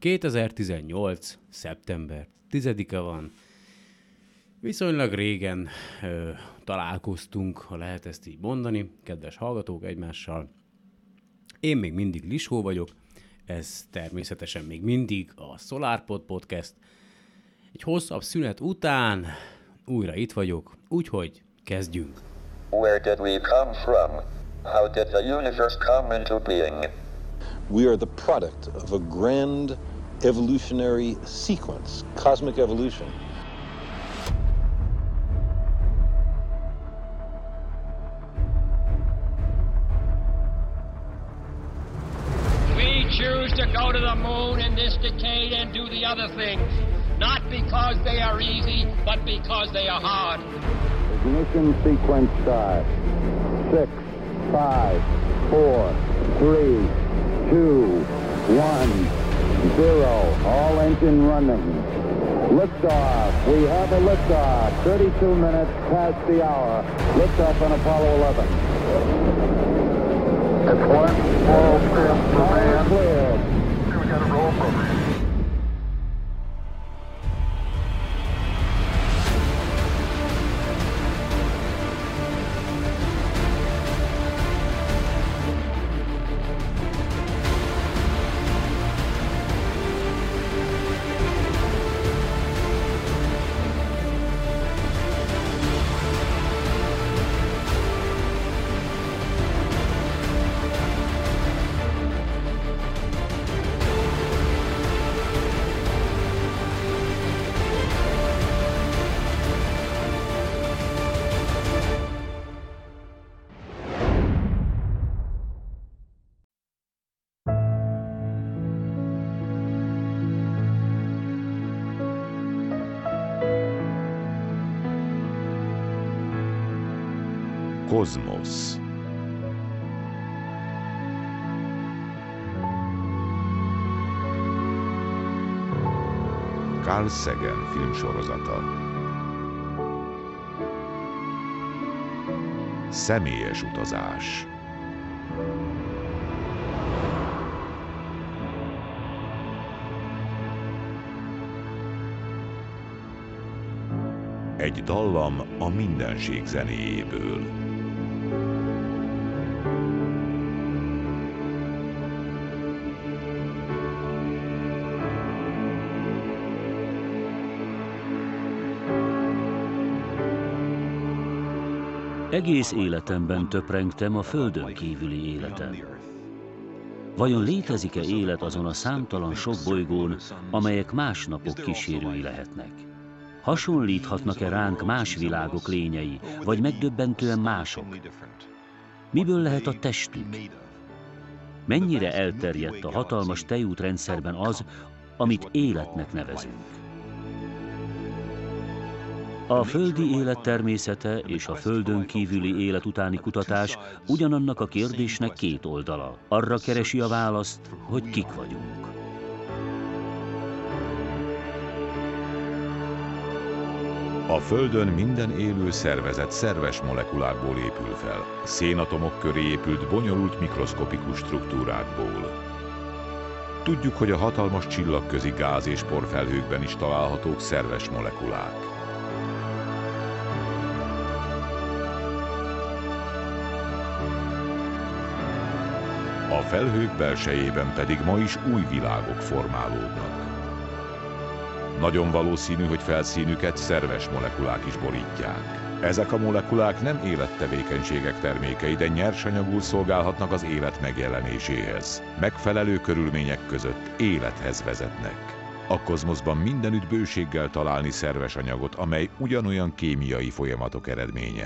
2018. szeptember 10-e van. Viszonylag régen találkoztunk, ha lehet ezt így mondani, kedves hallgatók egymással. Én még mindig Lishó vagyok, ez természetesen még mindig a SolarPod Podcast. Egy hosszabb szünet után újra itt vagyok, úgyhogy kezdjünk. Where did we come from? How did the universe come into being? We are the product of a grand evolutionary sequence, cosmic evolution. We choose to go to the moon in this decade and do the other things, not because they are easy, but because they are hard. Ignition sequence start. 6, 5, 4, 3, 2, 1, 0. All engine running. Liftoff. We have a liftoff. 32 minutes past the hour. Liftoff on Apollo 11. It's one small step for man. Clear. We got a roll program. Kozmosz. Carl Sagan filmsorozata. Személyes utazás. Egy dallam a mindenség zenéjéből. Egész életemben töprengtem a Földön kívüli életen. Vajon létezik-e élet azon a számtalan sok bolygón, amelyek más napok kísérői lehetnek? Hasonlíthatnak-e ránk más világok lényei, vagy megdöbbentően mások? Miből lehet a testük? Mennyire elterjedt a hatalmas tejútrendszerben az, amit életnek nevezünk? A földi élet természete és a Földön kívüli élet utáni kutatás ugyanannak a kérdésnek két oldala. Arra keresi a választ, hogy kik vagyunk. A Földön minden élő szervezet szerves molekulákból épül fel, szénatomok köré épült bonyolult mikroszkopikus struktúrákból. Tudjuk, hogy a hatalmas csillagközi gáz- és porfelhőkben is találhatók szerves molekulák. A felhők belsejében pedig ma is új világok formálódnak. Nagyon valószínű, hogy felszínüket szerves molekulák is borítják. Ezek a molekulák nem élettevékenységek termékei, de nyersanyagul szolgálhatnak az élet megjelenéséhez. Megfelelő körülmények között élethez vezetnek. A kozmoszban mindenütt bőséggel találni szerves anyagot, amely ugyanolyan kémiai folyamatok eredménye.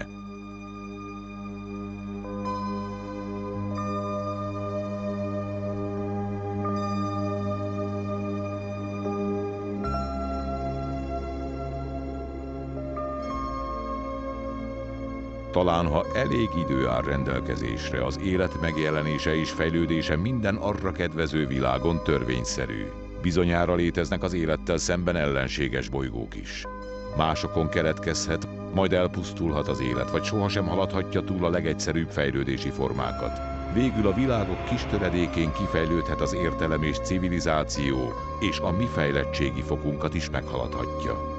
Talán ha elég idő áll rendelkezésre, az élet megjelenése és fejlődése minden arra kedvező világon törvényszerű. Bizonyára léteznek az élettel szemben ellenséges bolygók is. Másokon keletkezhet, majd elpusztulhat az élet, vagy sohasem haladhatja túl a legegyszerűbb fejlődési formákat. Végül a világok kis töredékén kifejlődhet az értelem és civilizáció, és a mi fejlettségi fokunkat is meghaladhatja.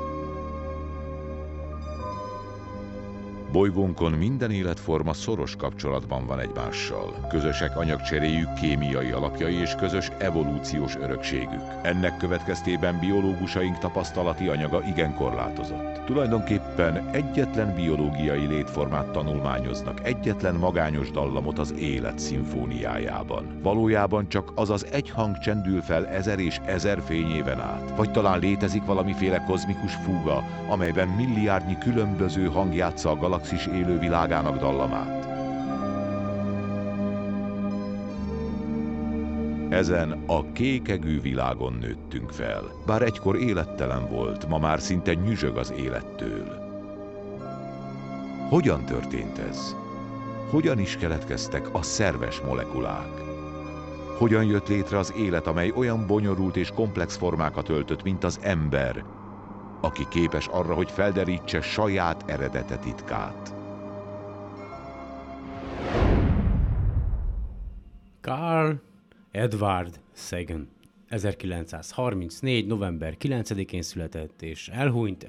Bolygónkon minden életforma szoros kapcsolatban van egymással. Közösek anyagcseréjük, kémiai alapjai és közös evolúciós örökségük. Ennek következtében biológusaink tapasztalati anyaga igen korlátozott. Tulajdonképpen egyetlen biológiai létformát tanulmányoznak, egyetlen magányos dallamot az élet szimfóniájában. Valójában csak az az egy hang csendül fel 1000 és 1000 fényéven át. Vagy talán létezik valamiféle kozmikus fúga, amelyben milliárdnyi különböző hang játsza a galaxis élővilágának dallamát. Ezen a kékegű világon nőttünk fel. Bár egykor élettelen volt, ma már szinte nyüzsög az élettől. Hogyan történt ez? Hogyan is keletkeztek a szerves molekulák? Hogyan jött létre az élet, amely olyan bonyolult és komplex formákat öltött, mint az ember, aki képes arra, hogy felderítse saját eredete titkát? Carl Edward Sagan 1934. november 9-én született, és elhunyt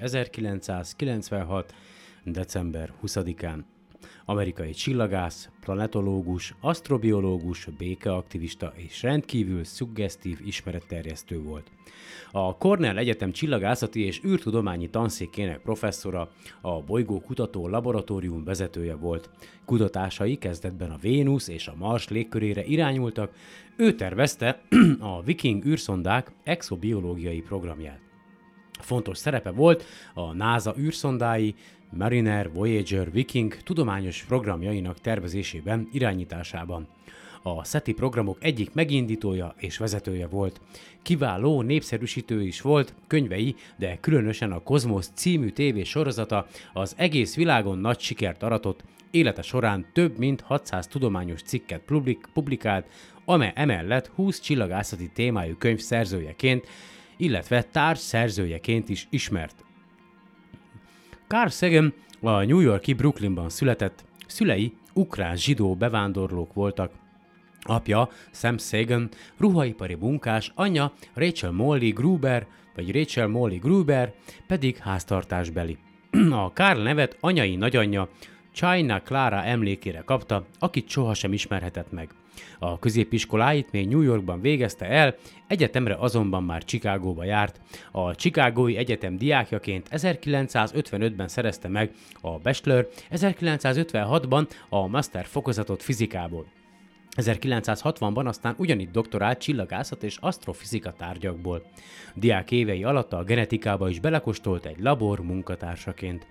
1996. december 20-án. Amerikai csillagász, planetológus, asztrobiológus, békeaktivista és rendkívül szuggesztív ismeretterjesztő volt. A Cornell Egyetem csillagászati és űrtudományi tanszékének professzora, a bolygókutató laboratórium vezetője volt. Kutatásai kezdetben a Vénusz és a Mars légkörére irányultak, ő tervezte a Viking űrszondák exobiológiai programját. Fontos szerepe volt a NASA űrszondái, Mariner, Voyager, Viking tudományos programjainak tervezésében, irányításában. A SETI programok egyik megindítója és vezetője volt. Kiváló népszerűsítő is volt, könyvei, de különösen a Kozmosz című tévésorozata az egész világon nagy sikert aratott, élete során több mint 600 tudományos cikket publikált, amely emellett 20 csillagászati témájú könyv szerzőjeként, illetve társszerzőjeként is ismert. Carl Sagan a New York-i Brooklynban született, szülei ukrán zsidó bevándorlók voltak. Apja, Sam Sagan, ruhaipari munkás, anyja Rachel Molly Gruber pedig háztartásbeli. A Carl nevet anyai nagyanyja China Clara emlékére kapta, akit sohasem ismerhetett meg. A középiskoláit még New Yorkban végezte el, egyetemre azonban már Chicagóba járt. A Chicagói Egyetem diákjaként 1955-ben szerezte meg a bachelor, 1956-ban a master fokozatot fizikából. 1960-ban aztán ugyanitt doktorált csillagászat és asztrofizika tárgyakból. Diák évei alatt a genetikába is belekóstolt egy labor munkatársaként.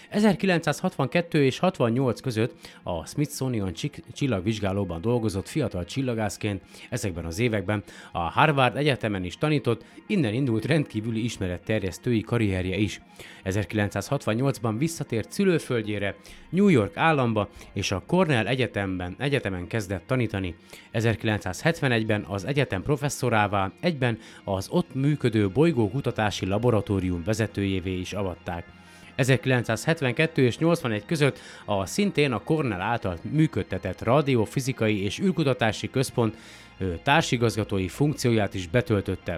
1962 és 68 között a Smithsonian csillagvizsgálóban dolgozott fiatal csillagászként, ezekben az években a Harvard Egyetemen is tanított, innen indult rendkívüli ismeretterjesztői karrierje is. 1968-ban visszatért szülőföldjére, New York államba, és a Cornell egyetemen kezdett tanítani. 1971-ben az egyetem professzorává, egyben az ott működő bolygókutatási laboratórium vezetőjévé is avatták. 1972 és 81 között a szintén a Cornell által működtetett Radiofizikai és űrkutatási központ társigazgatói funkcióját is betöltötte.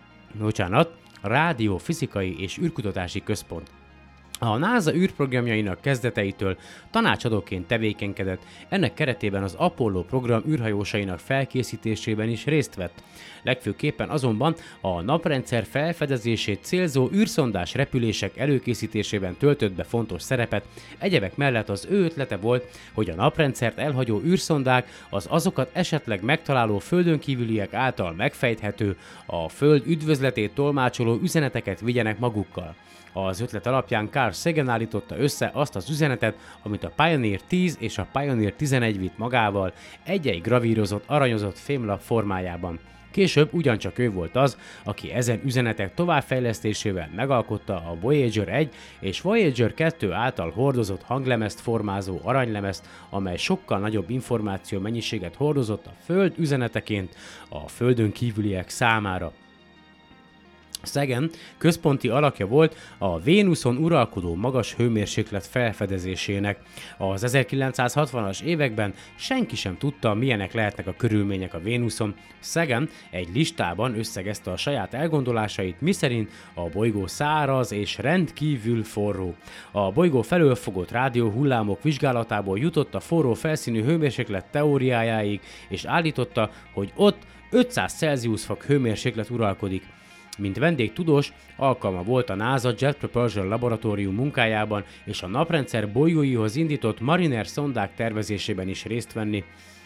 Radiofizikai és űrkutatási központ. A NASA űrprogramjainak kezdeteitől tanácsadóként tevékenykedett, ennek keretében az Apollo program űrhajósainak felkészítésében is részt vett. Legfőképpen azonban a naprendszer felfedezését célzó űrszondás repülések előkészítésében töltött be fontos szerepet, egyebek mellett az ő ötlete volt, hogy a naprendszert elhagyó űrszondák az azokat esetleg megtaláló földön kívüliek által megfejthető, a Föld üdvözletét tolmácsoló üzeneteket vigyenek magukkal. Az ötlet alapján Carl Sagan állította össze azt az üzenetet, amit a Pioneer 10 és a Pioneer 11 vitt magával egy-egy gravírozott, aranyozott fémlap formájában. Később ugyancsak ő volt az, aki ezen üzenetek továbbfejlesztésével megalkotta a Voyager 1 és Voyager 2 által hordozott hanglemezt formázó aranylemezt, amely sokkal nagyobb információ mennyiséget hordozott a Föld üzeneteként a Földön kívüliek számára. Sagan központi alakja volt a Vénuszon uralkodó magas hőmérséklet felfedezésének. Az 1960-as években senki sem tudta, milyenek lehetnek a körülmények a Vénuszon. Sagan egy listában összegezte a saját elgondolásait, miszerint a bolygó száraz és rendkívül forró. A bolygó felől fogott rádióhullámok vizsgálatából jutott a forró felszínű hőmérséklet teóriájáig, és állította, hogy ott 500 Celsius fok hőmérséklet uralkodik. Mint vendégtudós, alkalma volt a NASA Jet Propulsion laboratórium munkájában és a naprendszer bolygóihoz indított Mariner szondák tervezésében is részt venni.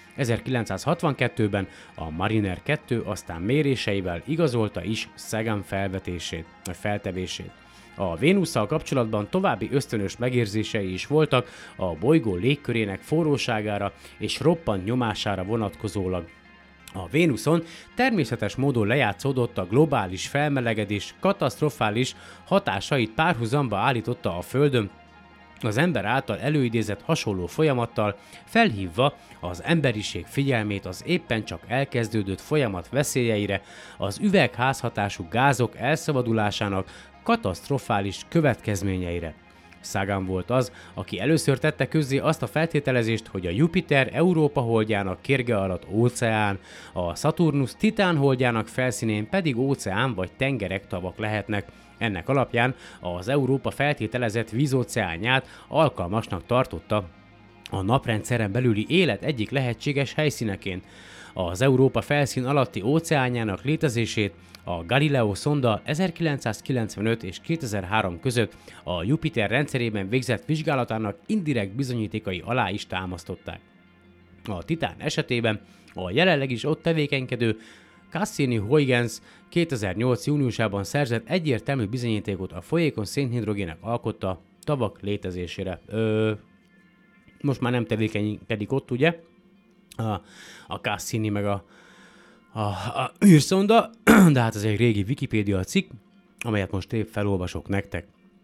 1962-ben a Mariner 2 aztán méréseivel igazolta is Sagan feltevését. A Vénusszal kapcsolatban további ösztönös megérzései is voltak a bolygó légkörének forróságára és roppant nyomására vonatkozólag. A Vénuszon természetes módon lejátszódott a globális felmelegedés katasztrofális hatásait párhuzamba állította a Földön, az ember által előidézett hasonló folyamattal, felhívva az emberiség figyelmét az éppen csak elkezdődött folyamat veszélyeire, az üvegházhatású gázok elszabadulásának katasztrofális következményeire. Sagan volt az, aki először tette közzé azt a feltételezést, hogy a Jupiter Európa holdjának kérge alatt óceán, a Saturnus Titán holdjának felszínén pedig óceán vagy tengerek, tavak lehetnek. Ennek alapján az Európa feltételezett vízóceánját alkalmasnak tartotta a naprendszeren belüli élet egyik lehetséges helyszíneként. Az Európa felszín alatti óceánjának létezését a Galileo szonda 1995 és 2003 között a Jupiter rendszerében végzett vizsgálatának indirekt bizonyítékai alá is támasztották. A Titán esetében a jelenleg is ott tevékenykedő Cassini-Huygens 2008. júniusában szerzett egyértelmű bizonyítékot a folyékony szénhidrogének alkotta tavak létezésére. Most már nem tevékenykedik ott, ugye? A Cassini meg a űrszonda, de hát ez egy régi Wikipédia cikk, amelyet most épp felolvasok nektek.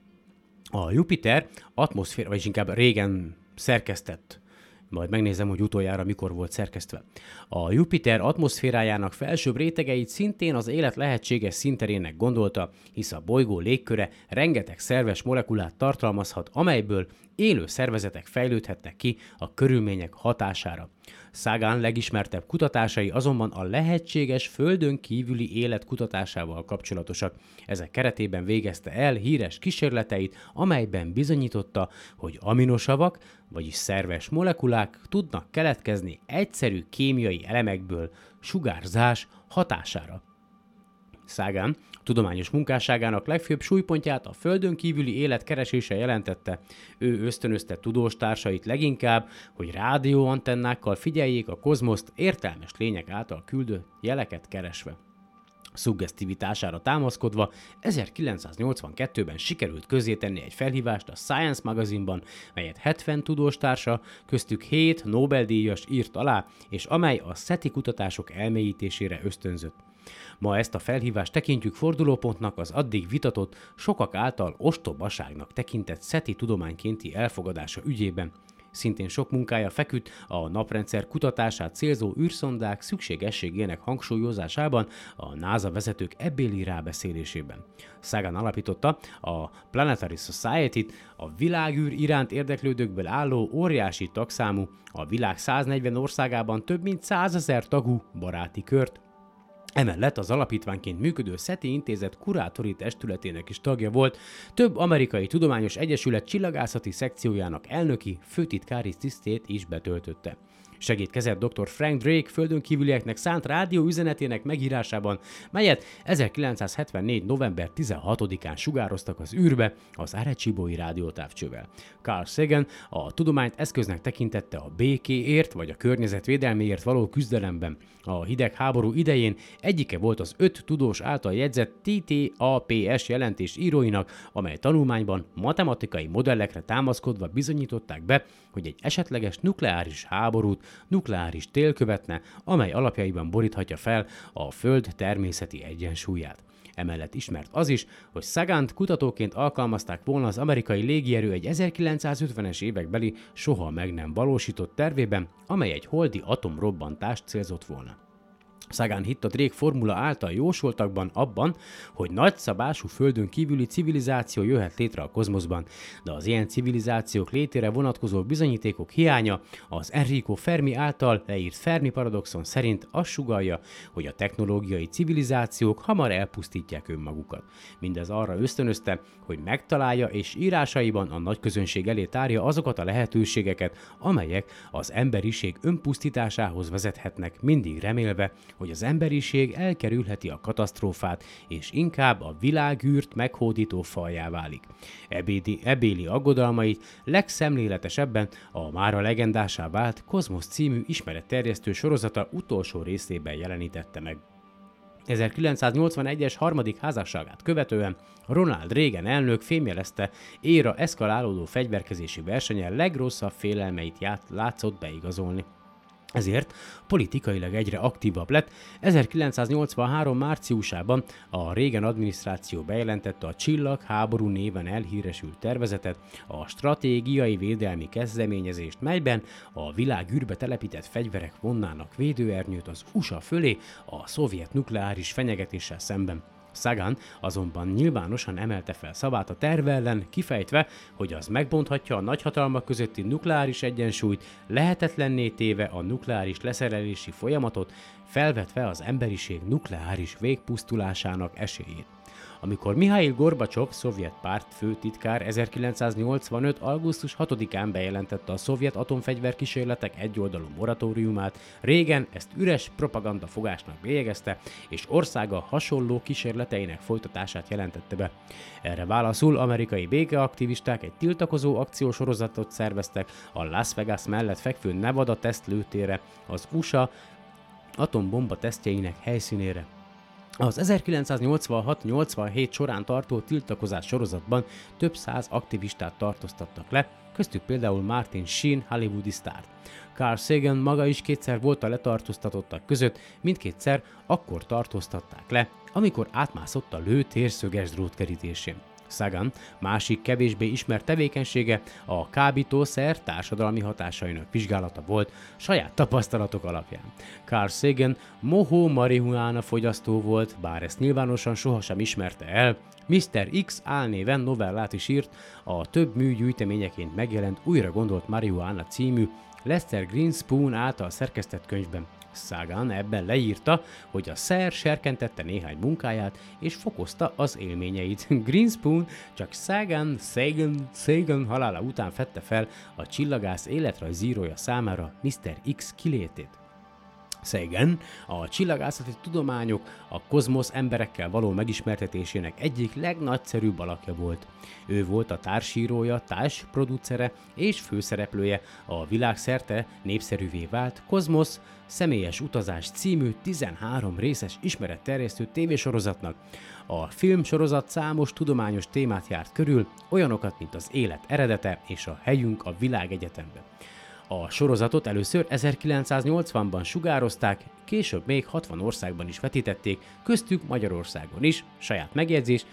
A Jupiter atmoszféra, vagyis inkább régen szerkesztett, majd megnézem, hogy utoljára mikor volt szerkesztve. A Jupiter atmoszférájának felsőbb rétegeit szintén az élet lehetséges színterének gondolta, hisz a bolygó légköre rengeteg szerves molekulát tartalmazhat, amelyből élő szervezetek fejlődhetnek ki a körülmények hatására. Sagan legismertebb kutatásai azonban a lehetséges földön kívüli élet kutatásával kapcsolatosak. Ezek keretében végezte el híres kísérleteit, amelyben bizonyította, hogy aminosavak, vagyis szerves molekulák tudnak keletkezni egyszerű kémiai elemekből sugárzás hatására. Sagan tudományos munkásságának legfőbb súlypontját a földön kívüli élet keresése jelentette. Ő ösztönözte tudóstársait leginkább, hogy rádióantennákkal figyeljék a kozmoszt értelmes lények által küldött jeleket keresve. Szuggesztivitására támaszkodva 1982-ben sikerült közzétenni egy felhívást a Science magazinban, melyet 70 tudóstársa, köztük 7 Nobel-díjas írt alá, és amely a SETI kutatások elmélyítésére ösztönzött. Ma ezt a felhívást tekintjük fordulópontnak az addig vitatott, sokak által ostobaságnak tekintett SETI tudománykénti elfogadása ügyében. Szintén sok munkája feküdt a naprendszer kutatását célzó űrszondák szükségességének hangsúlyozásában, a NASA vezetők ebbéli rábeszélésében. Sagan alapította a Planetary Society-t, a világűr iránt érdeklődőkből álló óriási tagszámú, a világ 140 országában több mint 100 000 tagú baráti kört. Emellett az alapítványként működő SETI intézet kurátori testületének is tagja volt, több amerikai tudományos egyesület csillagászati szekciójának elnöki, főtitkári tisztét is betöltötte. Segítkezett dr. Frank Drake földönkívülieknek szánt rádió üzenetének megírásában, melyet 1974. november 16-án sugároztak az űrbe az Arecibo-i rádiótávcsővel. Carl Sagan a tudományt eszköznek tekintette a békéért vagy a környezetvédelméért való küzdelemben. A hidegháború idején egyike volt az 5 tudós által jegyzett TTAPS jelentés íróinak, amely tanulmányban matematikai modellekre támaszkodva bizonyították be, hogy egy esetleges nukleáris háborút nukleáris tél követne, amely alapjaiban boríthatja fel a Föld természeti egyensúlyát. Emellett ismert az is, hogy Sagant kutatóként alkalmazták volna az amerikai légierő egy 1950-es évekbeli soha meg nem valósított tervében, amely egy holdi atomrobbantást célzott volna. Sagan hitt a Drake formula által jósoltakban abban, hogy nagyszabású földön kívüli civilizáció jöhet létre a kozmoszban, de az ilyen civilizációk létére vonatkozó bizonyítékok hiánya az Enrico Fermi által leírt Fermi paradoxon szerint azt sugallja, hogy a technológiai civilizációk hamar elpusztítják önmagukat. Mindez arra ösztönözte, hogy megtalálja és írásaiban a nagy közönség elé tárja azokat a lehetőségeket, amelyek az emberiség önpusztításához vezethetnek, mindig remélve, hogy az emberiség elkerülheti a katasztrófát, és inkább a világűrt meghódító falljá válik. Ebéli aggodalmait legszemléletesebben a mára legendásá vált Kozmosz című ismeretterjesztő sorozata utolsó részében jelenítette meg. 1981-es harmadik házasságát követően Ronald Reagan elnök fémjelezte, éra eszkalálódó fegyverkezési versenyen legrosszabb félelmeit látszott beigazolni. Ezért politikailag egyre aktívabb lett. 1983. márciusában a Reagan adminisztráció bejelentette a Csillagháború néven elhíresült tervezetet, a stratégiai védelmi kezdeményezést, melyben a világűrbe telepített fegyverek vonnának védőernyőt az USA fölé a szovjet nukleáris fenyegetéssel szemben. Sagan azonban nyilvánosan emelte fel szavát a terv ellen, kifejtve, hogy az megbonthatja a nagyhatalmak közötti nukleáris egyensúlyt, lehetetlenné téve a nukleáris leszerelési folyamatot, felvetve az emberiség nukleáris végpusztulásának esélyét. Amikor Mihail Gorbacsov, szovjet párt főtitkár 1985. augusztus 6-án bejelentette a szovjet atomfegyverkísérletek egyoldalú moratóriumát, Reagan ezt üres propaganda fogásnak bélyegezte, és országa hasonló kísérleteinek folytatását jelentette be. Erre válaszul amerikai békeaktivisták egy tiltakozó akciósorozatot szerveztek a Las Vegas mellett fekvő Nevada tesztlőtérre, az USA atombomba tesztjeinek helyszínére. Az 1986-87 során tartó tiltakozás sorozatban több száz aktivistát tartóztattak le, köztük például Martin Sheen, hollywoodi sztárt. Carl Sagan maga is kétszer volt a letartóztatottak között, mindkétszer akkor tartóztatták le, amikor átmászott a lőtér szöges drótkerítésén. Sagan másik kevésbé ismert tevékenysége a kábítószer társadalmi hatásainak vizsgálata volt saját tapasztalatok alapján. Carl Sagan mohó marihuána fogyasztó volt, bár ezt nyilvánosan sohasem ismerte el. Mr. X álnéven novellát is írt a több mű gyűjteményeként megjelent Újra gondolt marihuána című Lester Greenspoon által szerkesztett könyvben. Sagan ebben leírta, hogy a szer serkentette néhány munkáját és fokozta az élményeit. Greenspoon csak Sagan halála után fedte fel a csillagász életrajzírója számára Mr. X kilétét. Sagan a csillagászati tudományok a kozmosz emberekkel való megismertetésének egyik legnagyszerűbb alakja volt. Ő volt a társírója, társproducere és főszereplője a világszerte népszerűvé vált Kozmosz személyes utazás című 13 részes ismeretterjesztő tévésorozatnak. A filmsorozat számos tudományos témát járt körül, olyanokat, mint az élet eredete és a helyünk a világegyetemben. A sorozatot először 1980-ban sugározták, később még 60 országban is vetítették, köztük Magyarországon is, saját megjegyzés,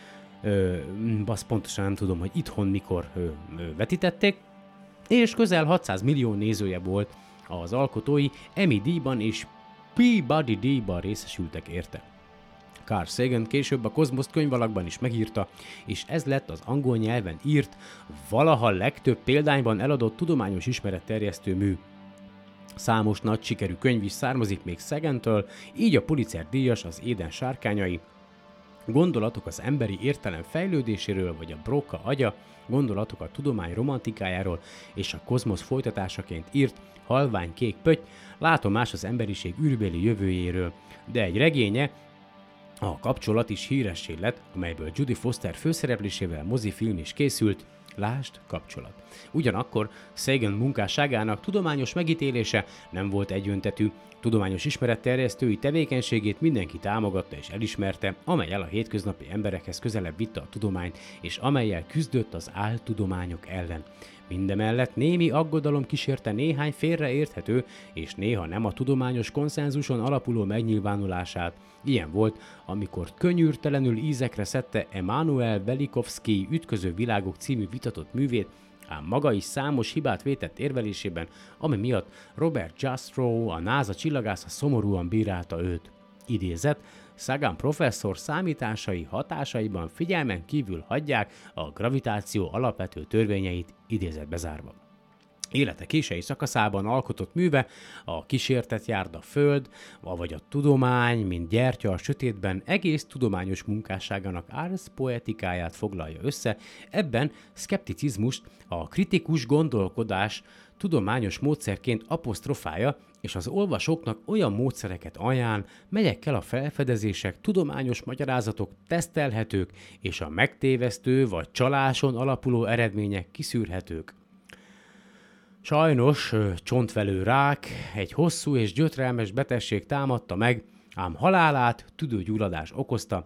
azt pontosan nem tudom, hogy itthon mikor vetítették, és közel 600 millió nézője volt, az alkotói Emmy-díjban és Peabody díjban részesültek érte. Carl Sagan később a Kozmoszt könyvalakban is megírta, és ez lett az angol nyelven írt, valaha legtöbb példányban eladott tudományos ismeretterjesztő mű. Számos nagy sikerű könyv is származik még Sagantől, így a Pulitzer-díjas Az Éden sárkányai, Gondolatok az emberi értelem fejlődéséről, vagy a Broca agya, Gondolatok a tudomány romantikájáról, és a Kozmosz folytatásaként írt Halvány kék pötty, Látomás az emberiség űrbéli jövőjéről, de egy regénye, A kapcsolat is híressé lett, amelyből Judy Foster főszereplésével mozifilm is készült, lásd Kapcsolat. Ugyanakkor Sagan munkásságának tudományos megítélése nem volt egyöntetű, tudományos ismeretterjesztői tevékenységét mindenki támogatta és elismerte, amellyel a hétköznapi emberekhez közelebb vitte a tudományt, és amellyel küzdött az áltudományok ellen. Mindemellett némi aggodalom kísérte néhány félreérthető és néha nem a tudományos konszenzuson alapuló megnyilvánulását. Ilyen volt, amikor könnyűrtelenül ízekre szedte Emanuel Velikovsky Ütköző világok című vitatott művét, ám maga is számos hibát vétett érvelésében, ami miatt Robert Jastrow, a NASA csillagásza szomorúan bírálta őt. idézet, Sagan professzor számításai hatásaiban figyelmen kívül hagyják a gravitáció alapvető törvényeit, idézet bezárva. Élete késői szakaszában alkotott műve, a kísértet járda föld, vagy a tudomány, mint gyertya a sötétben egész tudományos munkásságának ars poetikáját foglalja össze, ebben szkepticizmust, a kritikus gondolkodás tudományos módszerként apostrofálja, és az olvasóknak olyan módszereket ajánl, melyekkel a felfedezések, tudományos magyarázatok tesztelhetők, és a megtévesztő vagy csaláson alapuló eredmények kiszűrhetők. Sajnos csontvelő rák, egy hosszú és gyötrelmes betegség támadta meg, ám halálát tüdőgyulladás okozta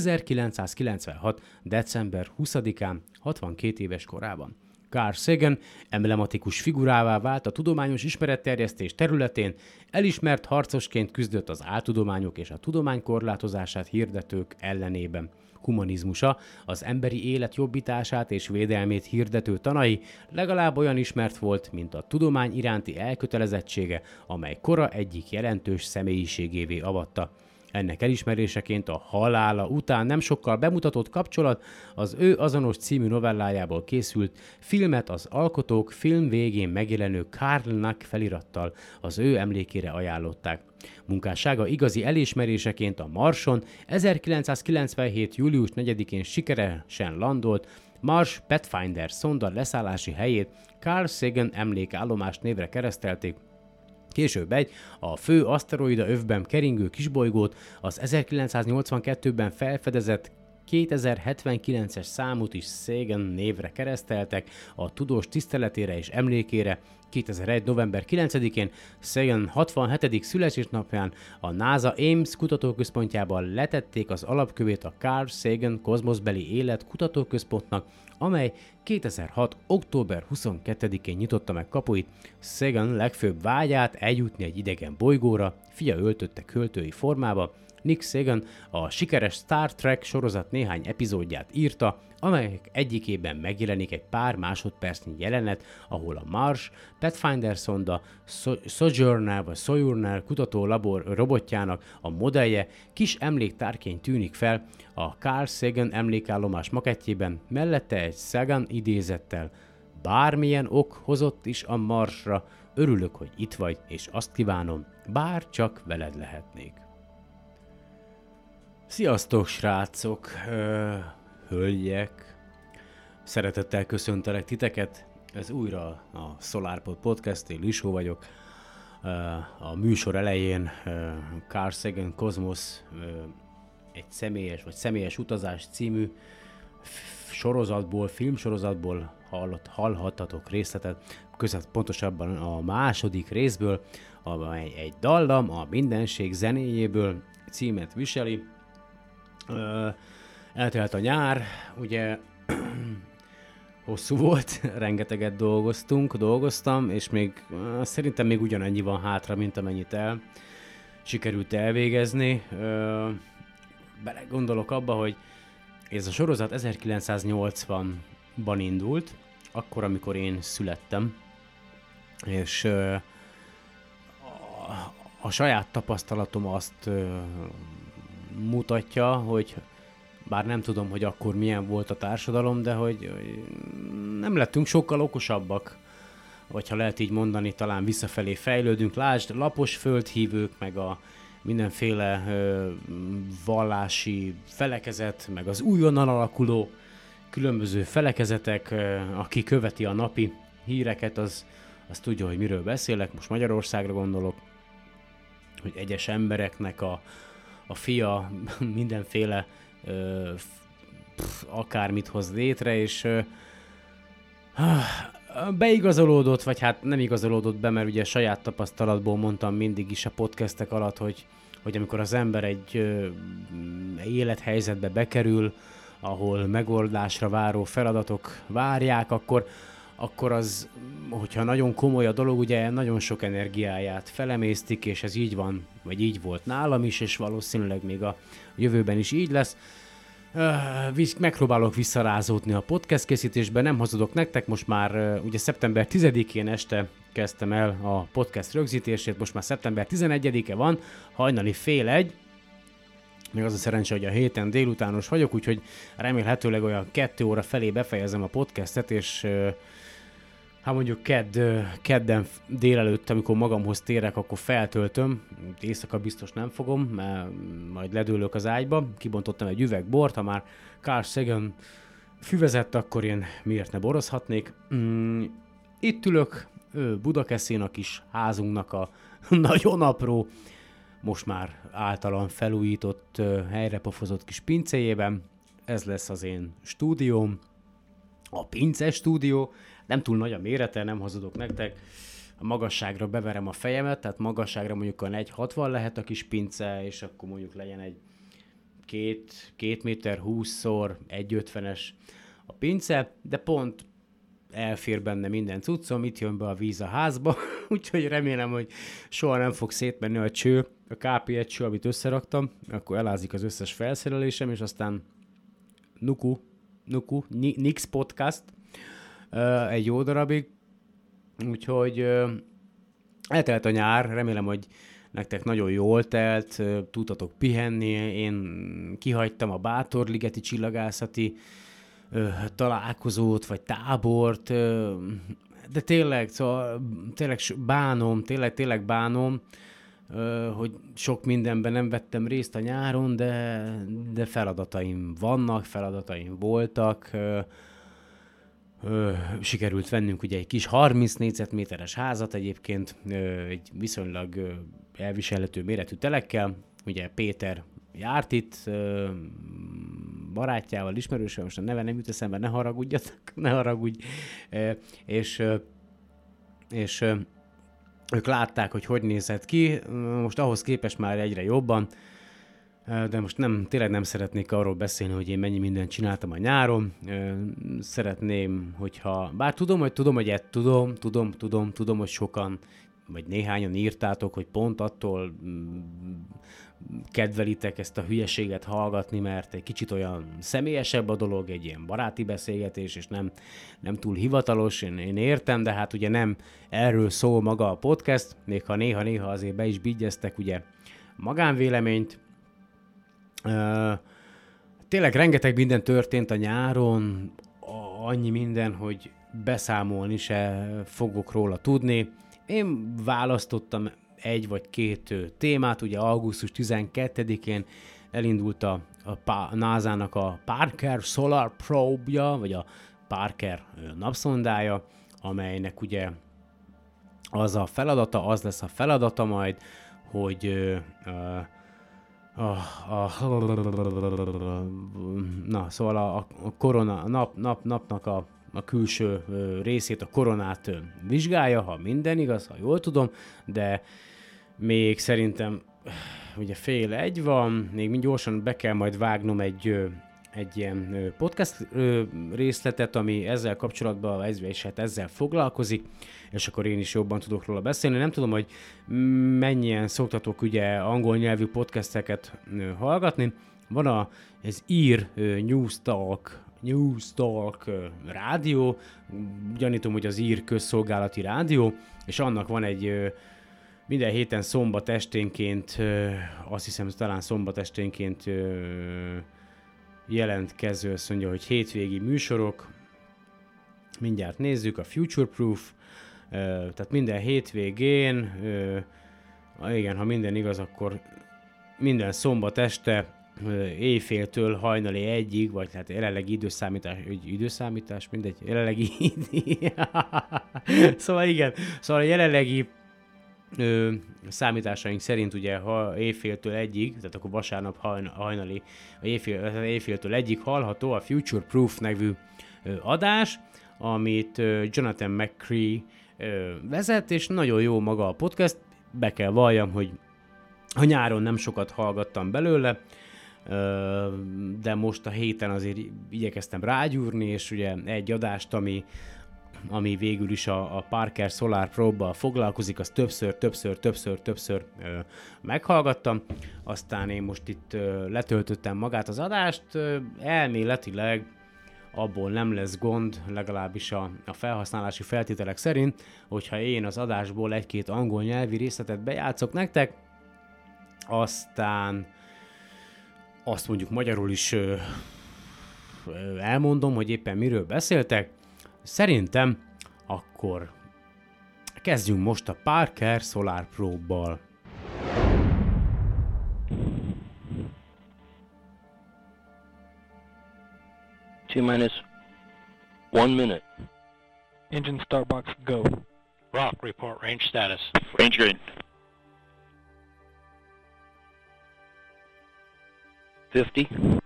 1996. december 20-án, 62 éves korában. Carl Sagan emblematikus figurává vált a tudományos ismeretterjesztés területén, elismert harcosként küzdött az áltudományok és a tudomány korlátozását hirdetők ellenében. Humanizmusa, az emberi élet jobbítását és védelmét hirdető tanai legalább olyan ismert volt, mint a tudomány iránti elkötelezettsége, amely kora egyik jelentős személyiségévé avatta. Ennek elismeréseként a halála után nem sokkal bemutatott kapcsolat az ő azonos című novellájából készült filmet az alkotók film végén megjelenő Karlnak felirattal az ő emlékére ajánlották. Munkássága igazi elismeréseként a Marson 1997. július 4-én sikeresen landolt Mars Pathfinder szonda leszállási helyét Carl Sagan emlékállomás névre keresztelték. Később a fő aszteroida övben keringő kisbolygót, az 1982-ben felfedezett 2079-es számot is Sagan névre kereszteltek a tudós tiszteletére és emlékére. 2001. november 9-én Sagan 67. születésnapján a NASA Ames kutatóközpontjában letették az alapkövét a Carl Sagan kozmoszbeli élet kutatóközpontnak, amely 2006. október 22-én nyitotta meg kapuit. Sagan legfőbb vágyát eljutni egy idegen bolygóra, fia öltötte költői formába. Nick Sagan a sikeres Star Trek sorozat néhány epizódját írta, amelyek egyikében megjelenik egy pár másodpercnyi jelenet, ahol a Mars Pathfinder szonda Sojourner kutató labor robotjának a modellje kis emléktárként tűnik fel a Carl Sagan emlékállomás makettjében, mellette egy Sagan idézettel: "Bármilyen ok hozott is a Marsra, örülök, hogy itt vagy, és azt kívánom, bár csak veled lehetnék." Sziasztok, srácok, hölgyek! Szeretettel köszöntelek titeket, ez újra a SolarPod Podcast, én Lisó vagyok. A műsor elején Carl Sagan Cosmos egy személyes utazás című filmsorozatból hallhattatok részletet, pontosabban a második részből, amely egy dallam a mindenség zenéjéből címet viseli. Eltelt a nyár, ugye hosszú volt, rengeteget dolgoztam, és szerintem még ugyanannyi van hátra, mint amennyit sikerült elvégezni. Belegondolok abba, hogy ez a sorozat 1980-ban indult, akkor, amikor én születtem, és a saját tapasztalatom azt mutatja, hogy bár nem tudom, hogy akkor milyen volt a társadalom, de hogy nem lettünk sokkal okosabbak, vagy ha lehet így mondani, talán visszafelé fejlődünk. Lásd, lapos földhívők, meg a mindenféle vallási felekezet, meg az újonnan alakuló különböző felekezetek, aki követi a napi híreket, az tudja, hogy miről beszélek. Most Magyarországra gondolok, hogy egyes embereknek a fia mindenféle akármit hoz létre, és beigazolódott, vagy hát nem igazolódott be, mert ugye saját tapasztalatból mondtam mindig is a podcastek alatt, hogy amikor az ember egy élethelyzetbe bekerül, ahol megoldásra váró feladatok várják, akkor az, hogyha nagyon komoly a dolog, ugye nagyon sok energiáját felemésztik, és ez így van, vagy így volt nálam is, és valószínűleg még a jövőben is így lesz. Megpróbálok visszarázódni a podcast készítésben, nem hazudok nektek, most már ugye szeptember 10-én este kezdtem el a podcast rögzítését, most már szeptember 11-e van, hajnali 12:30, Még az a szerencse, hogy a héten délutános vagyok, úgyhogy remélhetőleg olyan 2 óra felé befejezem a podcastet, és hát mondjuk kedden délelőtt, amikor magamhoz térek, akkor feltöltöm. Éjszaka biztos nem fogom, mert majd ledőlök az ágyba. Kibontottam egy üveg bort, ha már Carl Sagan füvezett, akkor én miért ne borozhatnék. Itt ülök Budakeszin, a kis házunknak a nagyon apró, most már általam felújított, helyrepofozott kis pincéjében. Ez lesz az én stúdióm, a Pince stúdió. Nem túl nagy a mérete, nem hazudok nektek. A magasságra beverem a fejemet, tehát magasságra mondjuk a 1,60 lehet a kis pince, és akkor mondjuk legyen egy 2 méter 20 x 1,50-es a pince, de pont elfér benne minden cuccom, itt jön be a víz a házba, úgyhogy remélem, hogy soha nem fog szétmenni a cső, a KP1 cső, amit összeraktam, akkor elázik az összes felszerelésem, és aztán Nix Podcast egy jó darabig, úgyhogy eltelt a nyár, remélem, hogy nektek nagyon jól telt, tudtatok pihenni, én kihagytam a Bátorligeti csillagászati találkozót, vagy tábort, de tényleg, szóval tényleg bánom, tényleg bánom, hogy sok mindenben nem vettem részt a nyáron, de feladataim vannak, feladataim voltak. Sikerült vennünk ugye egy kis 30 négyzetméteres házat egyébként, egy viszonylag elviselhető méretű telekkel. Ugye Péter járt itt barátjával, ismerősen, most a neve nem jut eszembe, ne haragudj. És ők látták, hogy nézett ki, most ahhoz képest már egyre jobban, de most tényleg nem szeretnék arról beszélni, hogy én mennyi mindent csináltam a nyáron. Szeretném, hogyha, bár tudom, hogy sokan, vagy néhányan írtátok, hogy pont attól kedvelitek ezt a hülyeséget hallgatni, mert egy kicsit olyan személyesebb a dolog, egy ilyen baráti beszélgetés, és nem túl hivatalos, én értem, de hát ugye nem erről szól maga a podcast, még ha néha azért be is bigyeztek ugye magánvéleményt. Tényleg rengeteg minden történt a nyáron, annyi minden, hogy beszámolni se fogok róla tudni. Én választottam 1 vagy 2 témát, ugye augusztus 12-én elindult a NASA-nak a Parker Solar Probe-ja, vagy a Parker napszondája, amelynek ugye az lesz a feladata majd, hogy szóval a korona napnak a külső részét, a koronát vizsgálja, ha minden igaz, ha jól tudom, de még szerintem ugye 12:30 van, még gyorsan be kell majd vágnom egy ilyen podcast részletet, ami ezzel kapcsolatban, ezzel foglalkozik, és akkor én is jobban tudok róla beszélni. Nem tudom, hogy mennyien szoktatok ugye angol nyelvű podcasteket hallgatni. Van az ír News Talk rádió, gyanítom, hogy az ír közszolgálati rádió, és annak van egy minden héten szombat esténként, azt hiszem talán szombat esténként jelentkező, azt mondja, hogy hétvégi műsorok, mindjárt nézzük, a Future Proof, tehát minden hétvégén, igen, ha minden igaz, akkor minden szombat este éjféltől hajnali 1-ig, vagy hát jelenlegi időszámítás, mindegy, jelenlegi szóval igen, szóval a jelenlegi számításaink szerint ugye éjféltől 1-ig, tehát akkor vasárnap hajnali, éjféltől 1-ig hallható a Future Proof nevű adás, amit Jonathan McCree vezet, és nagyon jó maga a podcast. Be kell valljam, hogy a nyáron nem sokat hallgattam belőle, de most a héten azért igyekeztem rágyúrni, és ugye egy adást, ami végül is a Parker Solar Probe-bal foglalkozik, azt többször meghallgattam. Aztán én most itt letöltöttem magát az adást, elméletileg abból nem lesz gond, legalábbis a felhasználási feltételek szerint, hogyha én az adásból 1-2 angol nyelvi részletet bejátszok nektek, aztán azt mondjuk magyarul is elmondom, hogy éppen miről beszéltek. Szerintem akkor kezdjünk most a Parker Solar Probe-bal. -1 minute. Engine start box, go. Rock, report range status. Range green. 50.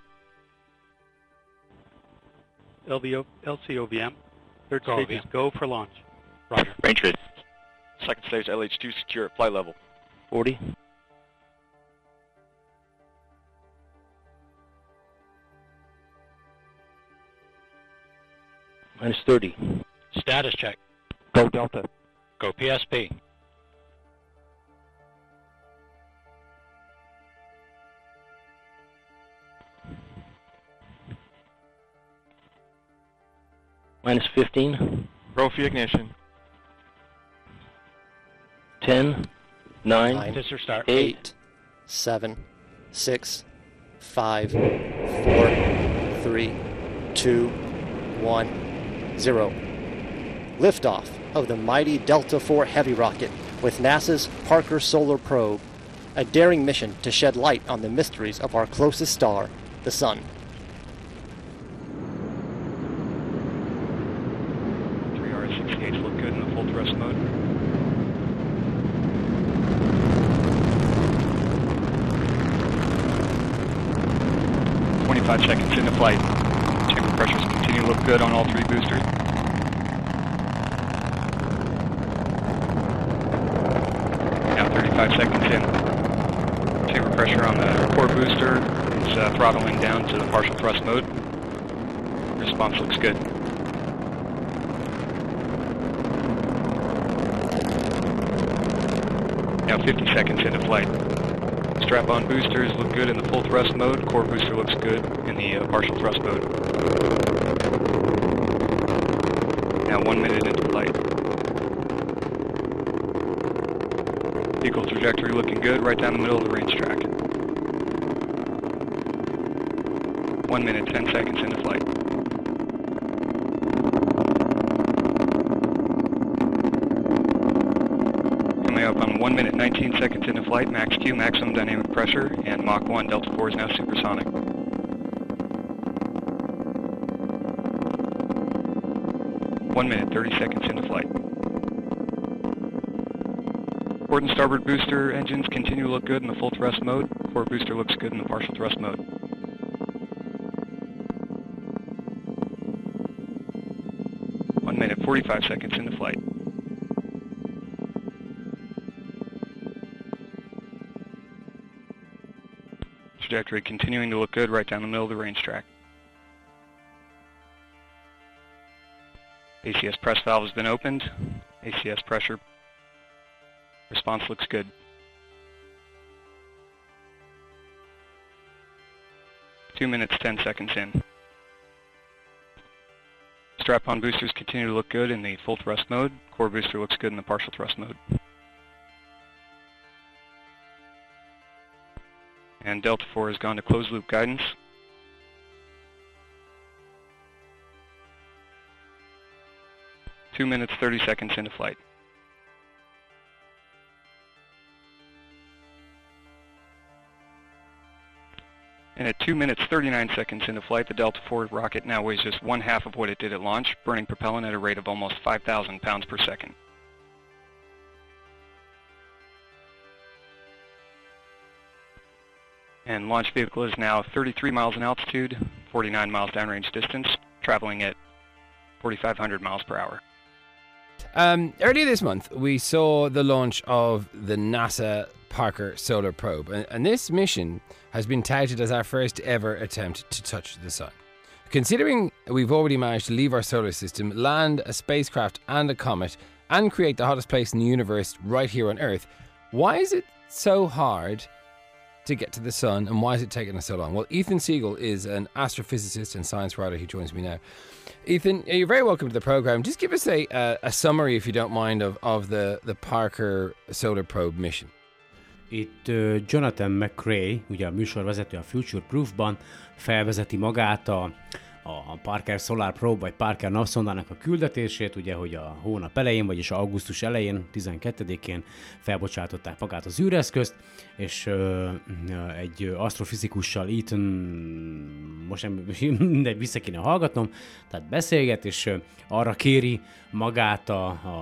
LCOVM. Third Go, stage is go for launch. Roger. Range grid. Second stage LH2 secure, flight level. 40. -30. Status check. Go Delta. Go PSP. -15. Roll for ignition. 10. 9. Disser start. 8, 7, 6, 5, 4, 3, 2, 1, 0. Liftoff of the mighty Delta IV Heavy rocket with NASA's Parker Solar Probe, a daring mission to shed light on the mysteries of our closest star, the Sun. 3R68 look good in the full thrust mode. Five seconds into flight. Chamber pressures continue to look good on all 3 boosters. Now 35 seconds in. Chamber pressure on the core booster is throttling down to the partial thrust mode. Response looks good. Now 50 seconds into flight. Strap-on boosters look good in the full thrust mode. Core booster looks good in the partial thrust mode. Now 1 minute into flight. Vehicle trajectory looking good right down the middle of the range track. 1 minute, 10 seconds into flight. Coming up on 1 minute, 19 seconds into flight, max Q, maximum dynamic pressure, and Mach 1 Delta IV is now supersonic. One minute, 30 seconds into flight. Port and starboard booster engines continue to look good in the full thrust mode. Core booster looks good in the partial thrust mode. One minute, 45 seconds into flight. Trajectory continuing to look good right down the middle of the range track. ACS press valve has been opened. ACS pressure response looks good. Two minutes, 10 seconds in. Strap-on boosters continue to look good in the full thrust mode. Core booster looks good in the partial thrust mode. And Delta IV has gone to closed loop guidance. Two minutes, 30 seconds into flight. And at 2 minutes, 39 seconds into flight, the Delta IV rocket now weighs just 1/2 of what it did at launch, burning propellant at a rate of almost 5,000 pounds per second. And launch vehicle is now 33 miles in altitude, 49 miles downrange distance, traveling at 4,500 miles per hour. Earlier this month, we saw the launch of the NASA Parker Solar Probe, and this mission has been touted as our first ever attempt to touch the sun. Considering we've already managed to leave our solar system, land a spacecraft and a comet, and create the hottest place in the universe right here on Earth, why is it so hard to get to the sun, and why is it taking us so long? Well, Ethan Siegel is an astrophysicist and science writer. He joins me now. Ethan, you're very welcome to the program. Just give us a summary, if you don't mind, of the Parker Solar Probe mission. Itt Jonathan McCrae, ugye a műsorvezető a Future Proof-ban felvezeti magát a Parker Solar Probe, vagy Parker napszondának a küldetését, ugye, hogy a hónap elején, vagyis augusztus elején, 12-én felbocsátották magát az űreszközt, és egy asztrofizikussal Ethan, most nem mindegy, vissza kéne hallgatnom, tehát beszélget, és arra kéri magát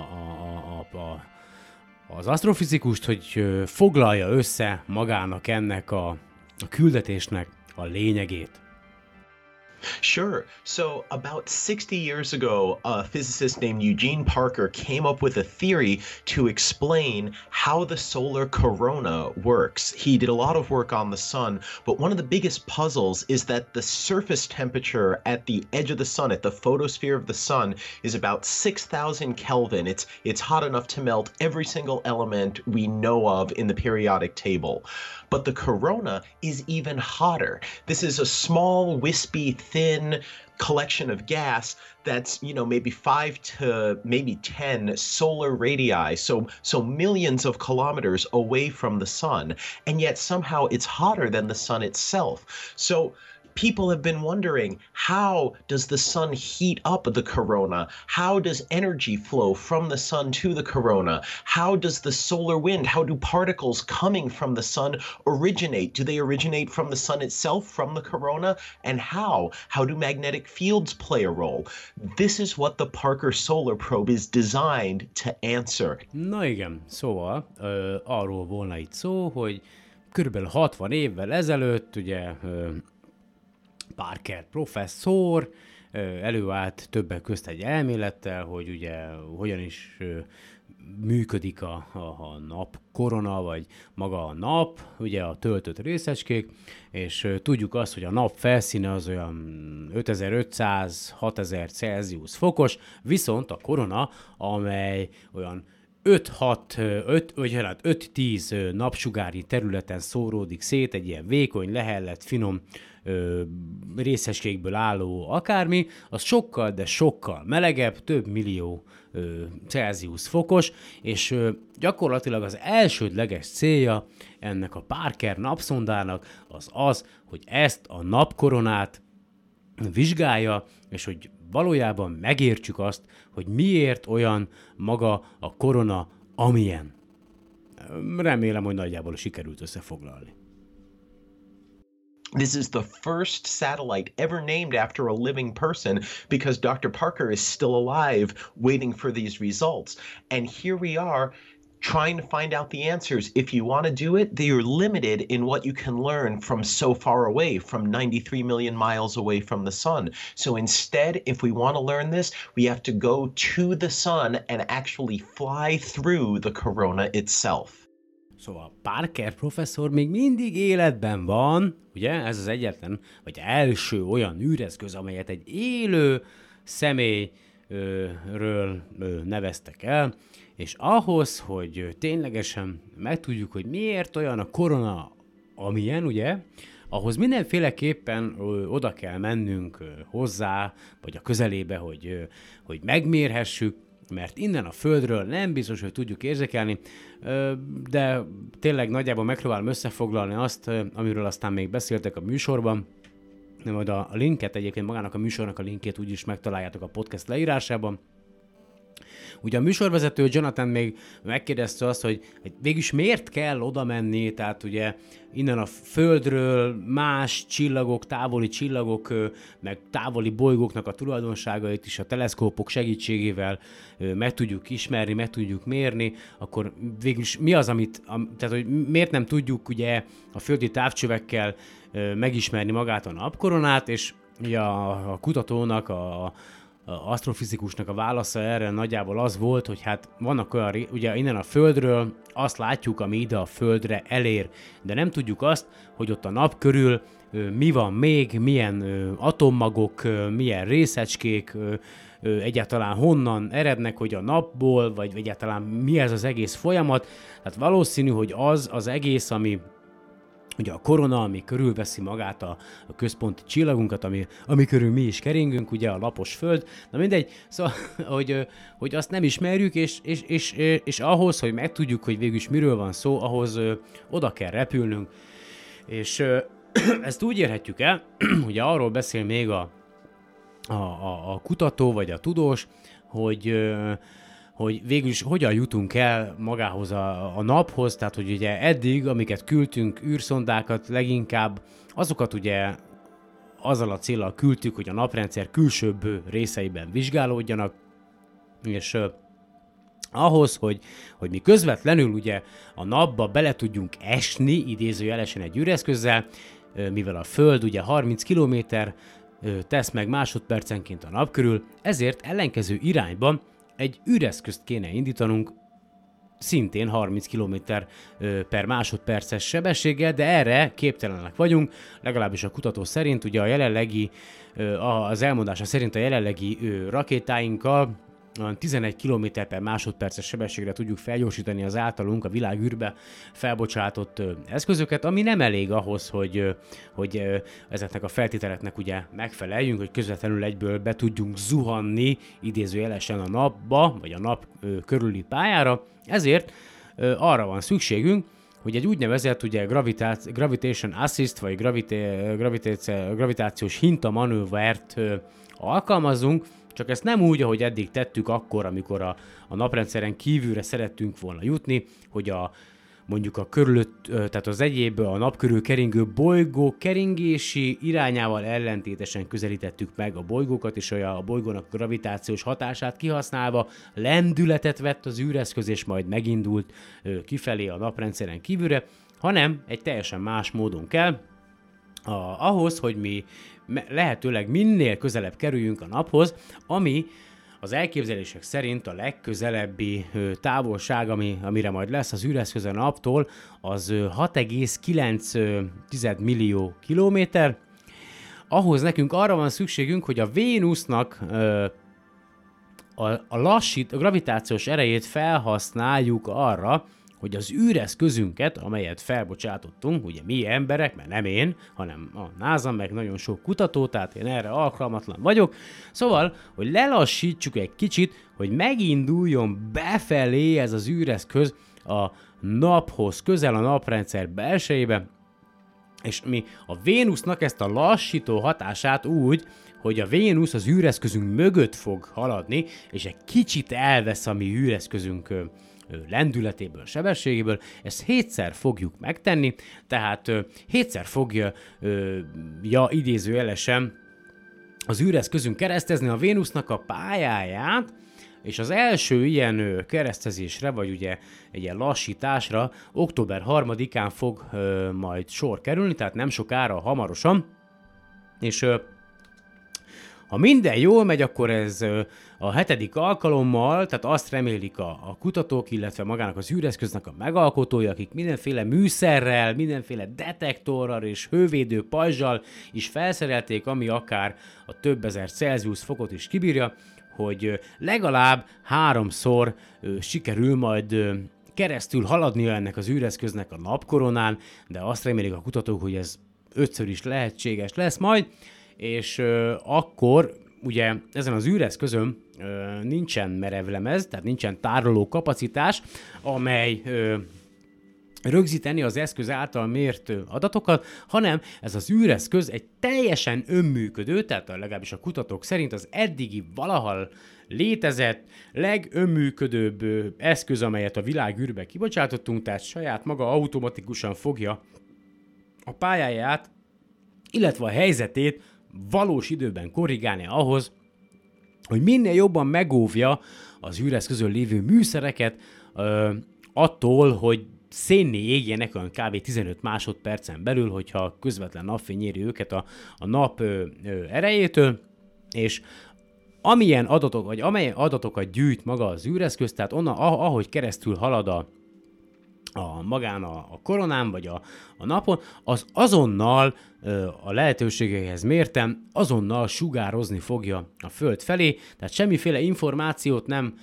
az asztrofizikust, hogy foglalja össze magának ennek a küldetésnek a lényegét. Sure. So about 60 years ago, a physicist named Eugene Parker came up with a theory to explain how the solar corona works. He did a lot of work on the sun, but one of the biggest puzzles is that the surface temperature at the edge of the sun, at the photosphere of the sun, is about 6,000 Kelvin. It's hot enough to melt every single element we know of in the periodic table. But the corona is even hotter. This is a small, wispy, thin collection of gas that's, maybe 5 to maybe 10 solar radii, so millions of kilometers away from the sun, and yet somehow it's hotter than the sun itself. So people have been wondering, how does the sun heat up the corona? How does energy flow from the sun to the corona? How does the solar wind, how do particles coming from the sun originate? Do they originate from the sun itself, from the corona? And how? How do magnetic fields play a role? This is what the Parker Solar Probe is designed to answer. Na igen, szóval arról volna itt szó, hogy körülbelül 60 évvel ezelőtt, ugye, Parker professzor előállt többek közt egy elmélettel, hogy ugye hogyan is működik a nap korona, vagy maga a nap, ugye a töltött részecskék, és tudjuk azt, hogy a nap felszíne az olyan 5500-6000 Celsius fokos, viszont a korona, amely olyan 5-10 napsugári területen szóródik szét, egy ilyen vékony, lehellett, finom részecskékből álló akármi, az sokkal, de sokkal melegebb, több millió Celsius fokos, és gyakorlatilag az elsődleges célja ennek a Parker napszondának az, hogy ezt a napkoronát vizsgálja, és hogy valójában megértsük azt, hogy miért olyan maga a korona, amilyen. Remélem, hogy nagyjából sikerült összefoglalni. This is the first satellite ever named after a living person because Dr. Parker is still alive waiting for these results. And here we are trying to find out the answers. If you want to do it, you're limited in what you can learn from so far away, from 93 million miles away from the sun. So instead, if we want to learn this, we have to go to the sun and actually fly through the corona itself. Szóval Parker professzor még mindig életben van, ugye? Ez az egyetlen, vagy első olyan űreszköz, amelyet egy élő személyről neveztek el, és ahhoz, hogy ténylegesen megtudjuk, hogy miért olyan a korona, amilyen, ugye, ahhoz mindenféleképpen oda kell mennünk hozzá, vagy a közelébe, hogy megmérhessük, mert innen a Földről nem biztos, hogy tudjuk érzékelni, de tényleg nagyjából megpróbálom összefoglalni azt, amiről aztán még beszéltek a műsorban. Majd a linket, egyébként magának a műsornak a linkét úgyis megtaláljátok a podcast leírásában. Ugye a műsorvezető Jonathan még megkérdezte azt, hogy végülis miért kell oda menni, tehát ugye innen a Földről más csillagok, távoli csillagok, meg távoli bolygóknak a tulajdonságait is a teleszkópok segítségével meg tudjuk ismerni, meg tudjuk mérni, akkor végülis mi az, tehát hogy miért nem tudjuk ugye a földi távcsövekkel megismerni magát a napkoronát, és ugye a kutatónak, a asztrofizikusnak a válasza erre nagyjából az volt, hogy hát vannak olyan, ugye innen a Földről azt látjuk, ami ide a Földre elér, de nem tudjuk azt, hogy ott a nap körül mi van még, milyen atommagok, milyen részecskék, egyáltalán honnan erednek, hogy a napból, vagy egyáltalán mi ez az egész folyamat. Tehát valószínű, hogy az egész, ami ugye a korona, ami körülveszi magát a központi csillagunkat, ami körül mi is keringünk, ugye a lapos föld, na mindegy, szóval, hogy azt nem ismerjük, és ahhoz, hogy megtudjuk, hogy végülis miről van szó, ahhoz oda kell repülnünk, és ezt úgy érhetjük el, ugye arról beszél még a kutató, vagy a tudós, hogy végül is hogyan jutunk el magához a naphoz, tehát hogy ugye eddig, amiket küldtünk, űrszondákat leginkább, azokat ugye azzal a céllal küldtük, hogy a naprendszer külsőbb részeiben vizsgálódjanak, és ahhoz, hogy mi közvetlenül ugye a napba bele tudjunk esni, idézőjelesen egy űreszközzel, mivel a Föld ugye 30 kilométer tesz meg másodpercenként a nap körül, ezért ellenkező irányban egy űreszközt kéne indítanunk, szintén 30 km per másodperces sebességgel, de erre képtelenek vagyunk, legalábbis a kutató szerint, ugye a jelenlegi, az elmondása szerint a jelenlegi rakétáinkkal 11 km per másodperces sebességre tudjuk felgyorsítani az általunk a világűrbe felbocsátott eszközöket, ami nem elég ahhoz, hogy ezeknek a feltételeknek ugye megfeleljünk, hogy közvetlenül egyből be tudjunk zuhanni idézőjelesen a napba, vagy a nap körüli pályára. Ezért arra van szükségünk, hogy egy úgynevezett ugye gravitation assist, vagy gravitációs hintamanővert alkalmazzunk, csak ezt nem úgy, ahogy eddig tettük akkor, amikor a naprendszeren kívülre szerettünk volna jutni, hogy mondjuk a körülött, tehát az egyéb a nap körül keringő bolygó keringési irányával ellentétesen közelítettük meg a bolygókat, és a bolygónak gravitációs hatását kihasználva lendületet vett az űreszköz, és majd megindult kifelé a naprendszeren kívülre, hanem egy teljesen más módon kell, ahhoz, hogy mi lehetőleg minél közelebb kerüljünk a naphoz, ami az elképzelések szerint a legközelebbi távolság, amire majd lesz az űreszköz a naptól, az 6,9 millió kilométer. Ahhoz nekünk arra van szükségünk, hogy a Vénusznak a gravitációs erejét felhasználjuk arra, hogy az űreszközünket, amelyet felbocsátottunk, ugye mi emberek, mert nem én, hanem a NASA, meg nagyon sok kutató, tehát én erre alkalmatlan vagyok. Szóval, hogy lelassítsuk egy kicsit, hogy meginduljon befelé ez az űreszköz a naphoz, közel a naprendszer belsejébe, és mi a Vénusznak ezt a lassító hatását úgy, hogy a Vénusz az űreszközünk mögött fog haladni, és egy kicsit elvesz a mi űreszközünk lendületéből, sebességéből, ezt 7-szer fogjuk megtenni, tehát 7-szer fogja idézőjelesen az űreszközünk keresztezni a Vénusznak a pályáját, és az első ilyen keresztezésre, vagy ugye egy ilyen lassításra október 3-án fog majd sor kerülni, tehát nem sokára, hamarosan, és ha minden jól megy, akkor ez a 7. alkalommal, tehát azt remélik a kutatók, illetve magának az űreszköznek a megalkotói, akik mindenféle műszerrel, mindenféle detektorral és hővédő pajzsal is felszerelték, ami akár a több ezer Celsius fokot is kibírja, hogy legalább 3-szor sikerül majd keresztül haladnia ennek az űreszköznek a napkoronán, de azt remélik a kutatók, hogy ez 5-ször is lehetséges lesz majd, és akkor ugye ezen az űreszközön nincsen merevlemez, tehát nincsen tároló kapacitás, amely rögzíteni az eszköz által mért adatokat, hanem ez az űreszköz egy teljesen önműködő, tehát legalábbis a kutatók szerint az eddigi valaha létezett legönműködőbb eszköz, amelyet a világűrbe kibocsátottunk, tehát saját maga automatikusan fogja a pályáját, illetve a helyzetét valós időben korrigálni ahhoz, hogy minél jobban megóvja az űreszközön lévő műszereket attól, hogy szénné égjenek olyan kb. 15 másodpercen belül, hogyha közvetlen napfény éri őket a nap erejétől, és amilyen adatok, vagy amely adatokat gyűjt maga az űreszköz, tehát onnan, ahogy keresztül halad magán a koronán, vagy a napon, az azonnal a lehetőségeihez mérten azonnal sugározni fogja a Föld felé, tehát semmiféle információt nem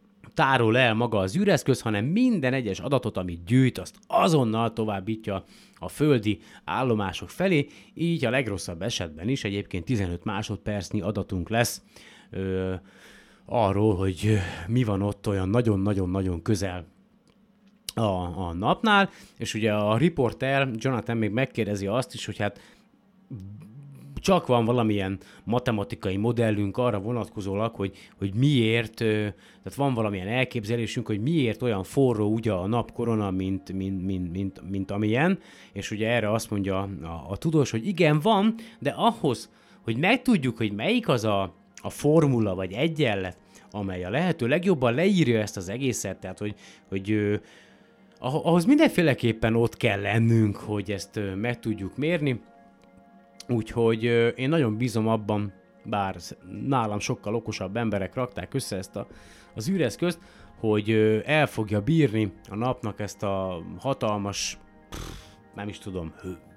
tárol el maga az űreszköz, hanem minden egyes adatot, amit gyűjt, azt azonnal továbbítja a földi állomások felé, így a legrosszabb esetben is egyébként 15 másodpercnyi adatunk lesz arról, hogy mi van ott olyan nagyon-nagyon-nagyon közel a napnál, és ugye a riporter Jonathan még megkérdezi azt is, hogy hát csak van valamilyen matematikai modellünk arra vonatkozólag, hogy miért, tehát van valamilyen elképzelésünk, hogy miért olyan forró ugye a napkorona, mint amilyen, és ugye erre azt mondja a tudós, hogy igen, van, de ahhoz, hogy megtudjuk, hogy melyik az a formula vagy egyenlet, amely a lehető legjobban leírja ezt az egészet, tehát hogy ahhoz mindenféleképpen ott kell lennünk, hogy ezt meg tudjuk mérni. Úgyhogy én nagyon bízom abban, bár nálam sokkal okosabb emberek rakták össze ezt az űreszközt, hogy el fogja bírni a napnak ezt a hatalmas, nem is tudom,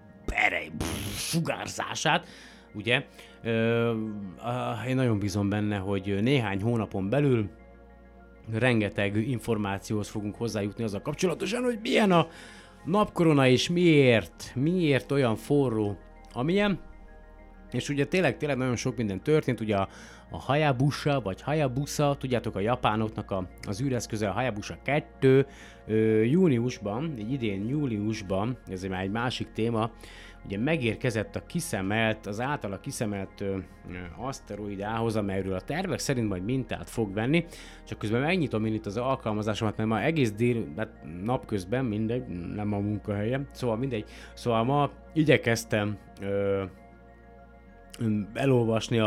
sugárzását, ugye? Én nagyon bízom benne, hogy néhány hónapon belül rengeteg információhoz fogunk hozzájutni azzal kapcsolatosan, hogy milyen a napkorona és miért olyan forró, amilyen. És ugye tényleg nagyon sok minden történt, ugye a Hayabusa, vagy Hayabusa, tudjátok, a japánoknak az űreszköze, a Hayabusa 2 júniusban, idén júliusban, ez már egy másik téma, ugye megérkezett az általa kiszemelt aszteroidához, amelyről a tervek szerint majd mintát fog venni, csak közben megnyitom én itt az alkalmazásomat, mert ma egész napközben, mindegy, nem a munkahelyem, szóval mindegy, szóval ma igyekeztem elolvasni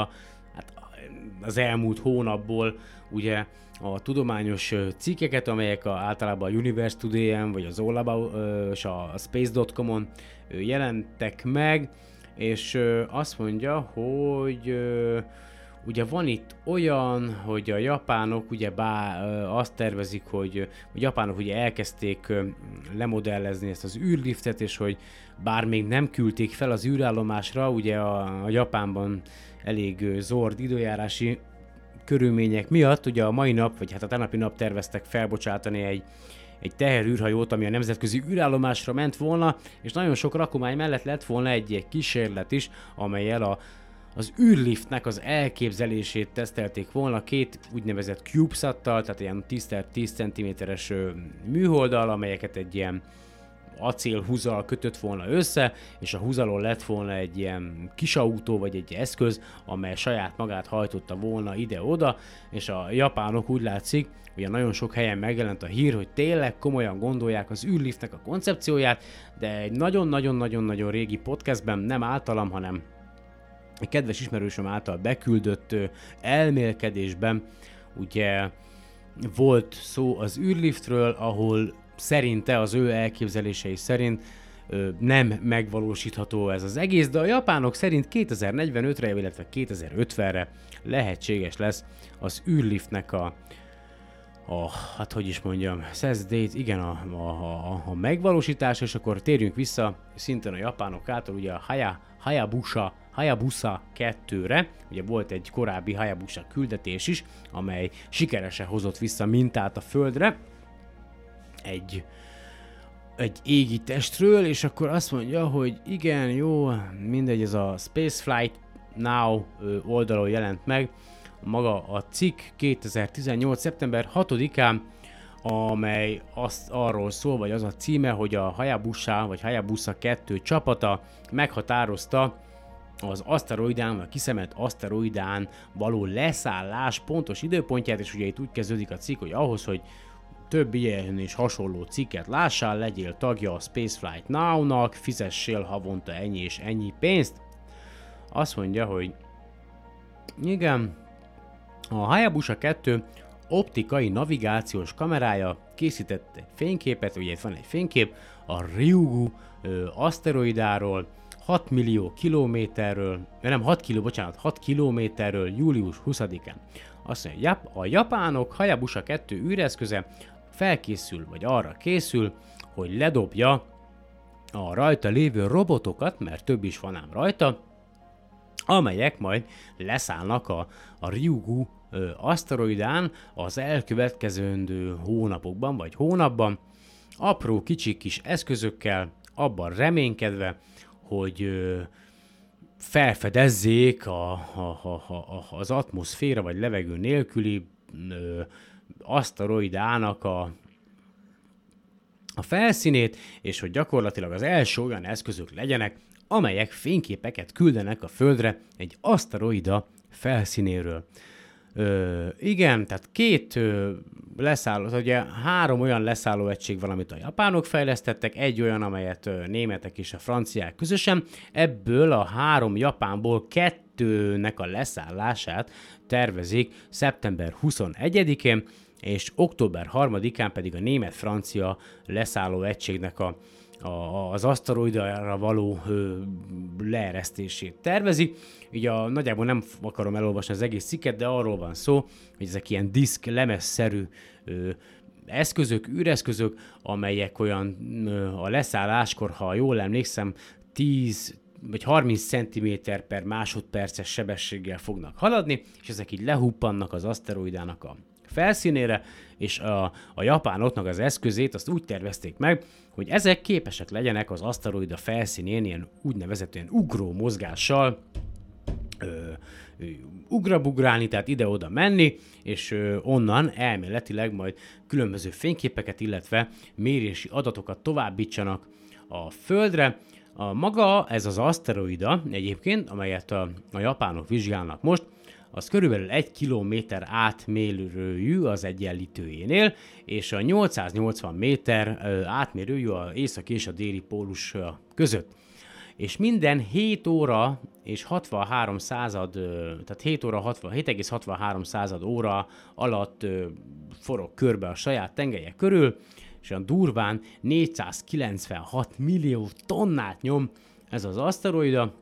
az elmúlt hónapból ugye a tudományos cikkeket, amelyek általában a Universe Today-en, vagy az All About és a Space.com-on jelentek meg, és azt mondja, hogy ugye van itt olyan, hogy a japánok ugye azt tervezik, hogy a japánok ugye elkezdték lemodellezni ezt az űrliftet, és hogy bár még nem küldték fel az űrállomásra, ugye a Japánban elég zord időjárási körülmények miatt, ugye a mai nap, vagy hát a tegnapi nap terveztek felbocsátani egy teherűrhajót, ami a nemzetközi űrállomásra ment volna, és nagyon sok rakomány mellett lett volna egy kísérlet is, amellyel az űrliftnek az elképzelését tesztelték volna két úgynevezett CubeSattal, tehát ilyen 10x10 cm-es műholddal, amelyeket egy ilyen acélhúzzal kötött volna össze, és a húzalon lett volna egy ilyen kis autó, vagy egy eszköz, amely saját magát hajtotta volna ide-oda, és a japánok úgy látszik, ugye nagyon sok helyen megjelent a hír, hogy tényleg komolyan gondolják az űrliftnek a koncepcióját, de egy nagyon-nagyon-nagyon régi podcastben, nem általam, hanem egy kedves ismerősöm által beküldött elmélkedésben ugye volt szó az űrliftről, ahol szerinte, az ő elképzelései szerint nem megvalósítható ez az egész, de a japánok szerint 2045-re, illetve 2050-re lehetséges lesz az űrliftnek hát hogy is mondjam, igen, a megvalósítás, és akkor térjünk vissza szintén a japánok által, ugye a Hayabusa 2-re, ugye volt egy korábbi Hayabusa küldetés is, amely sikeresen hozott vissza mintát a Földre, egy égi testről, és akkor azt mondja, hogy igen, jó, mindegy, ez a Spaceflight Now oldalon jelent meg, maga a cikk 2018. szeptember 6-án, amely arról szól, vagy az a címe, hogy a Hayabusa, vagy Hayabusa 2 csapata meghatározta az aszteroidán, a kiszemelt aszteroidán való leszállás pontos időpontját, és ugye itt úgy kezdődik a cikk, hogy ahhoz, hogy több ilyen és hasonló cikket lássál, legyél tagja a Spaceflight Now-nak, fizessél havonta ennyi és ennyi pénzt. Azt mondja, hogy igen, a Hayabusa 2 optikai navigációs kamerája készített egy fényképet, ugye itt van egy fénykép a Ryugu aszteroidáról, 6 kilométerről július 20-án. Azt mondja, a japánok Hayabusa 2 űreszköze felkészül, vagy arra készül, hogy ledobja a rajta lévő robotokat, mert több is van ám rajta, amelyek majd leszállnak a Ryugu aszteroidán az elkövetkezendő hónapokban, vagy hónapban, apró kicsi kis eszközökkel, abban reménykedve, hogy felfedezzék az atmoszféra vagy levegő nélküli aszteroidának a felszínét, és hogy gyakorlatilag az első olyan eszközök legyenek, amelyek fényképeket küldenek a Földre egy aszteroida felszínéről. Igen, tehát ugye 3 olyan leszálló egység van, amit a japánok fejlesztettek, egy olyan, amelyet németek és a franciák közösen. Ebből a 3 japánból 2-nek a leszállását tervezik szeptember 21-én, és október 3-án pedig a német-francia leszálló egységnek az aszteroidára való leeresztését tervezik. Ugye nagyjából nem akarom elolvasni az egész cikket, de arról van szó, hogy ezek ilyen diszk lemezszerű eszközök, űreszközök, amelyek olyan a leszálláskor, ha jól emlékszem, 10 vagy 30 cm per másodperces sebességgel fognak haladni, és ezek így lehuppannak az aszteroidának a felszínére, és a japánoknak az eszközét azt úgy tervezték meg, hogy ezek képesek legyenek az aszteroida felszínén ilyen úgynevezett ilyen ugró mozgással ugrabugrálni, tehát ide-oda menni, és onnan elméletileg majd különböző fényképeket, illetve mérési adatokat továbbítsanak a Földre. Maga ez az aszteroida egyébként, amelyet a japánok vizsgálnak most, az körülbelül 1 kilométer átmérőjű az egyenlítőjénél, és a 880 méter átmérőjű az észak és a déli pólus között. És minden 7 óra és 63 század, tehát 7 óra 7,63 század óra alatt forog körbe a saját tengelye körül, és olyan durván 496 millió tonnát nyom ez az aszteroida.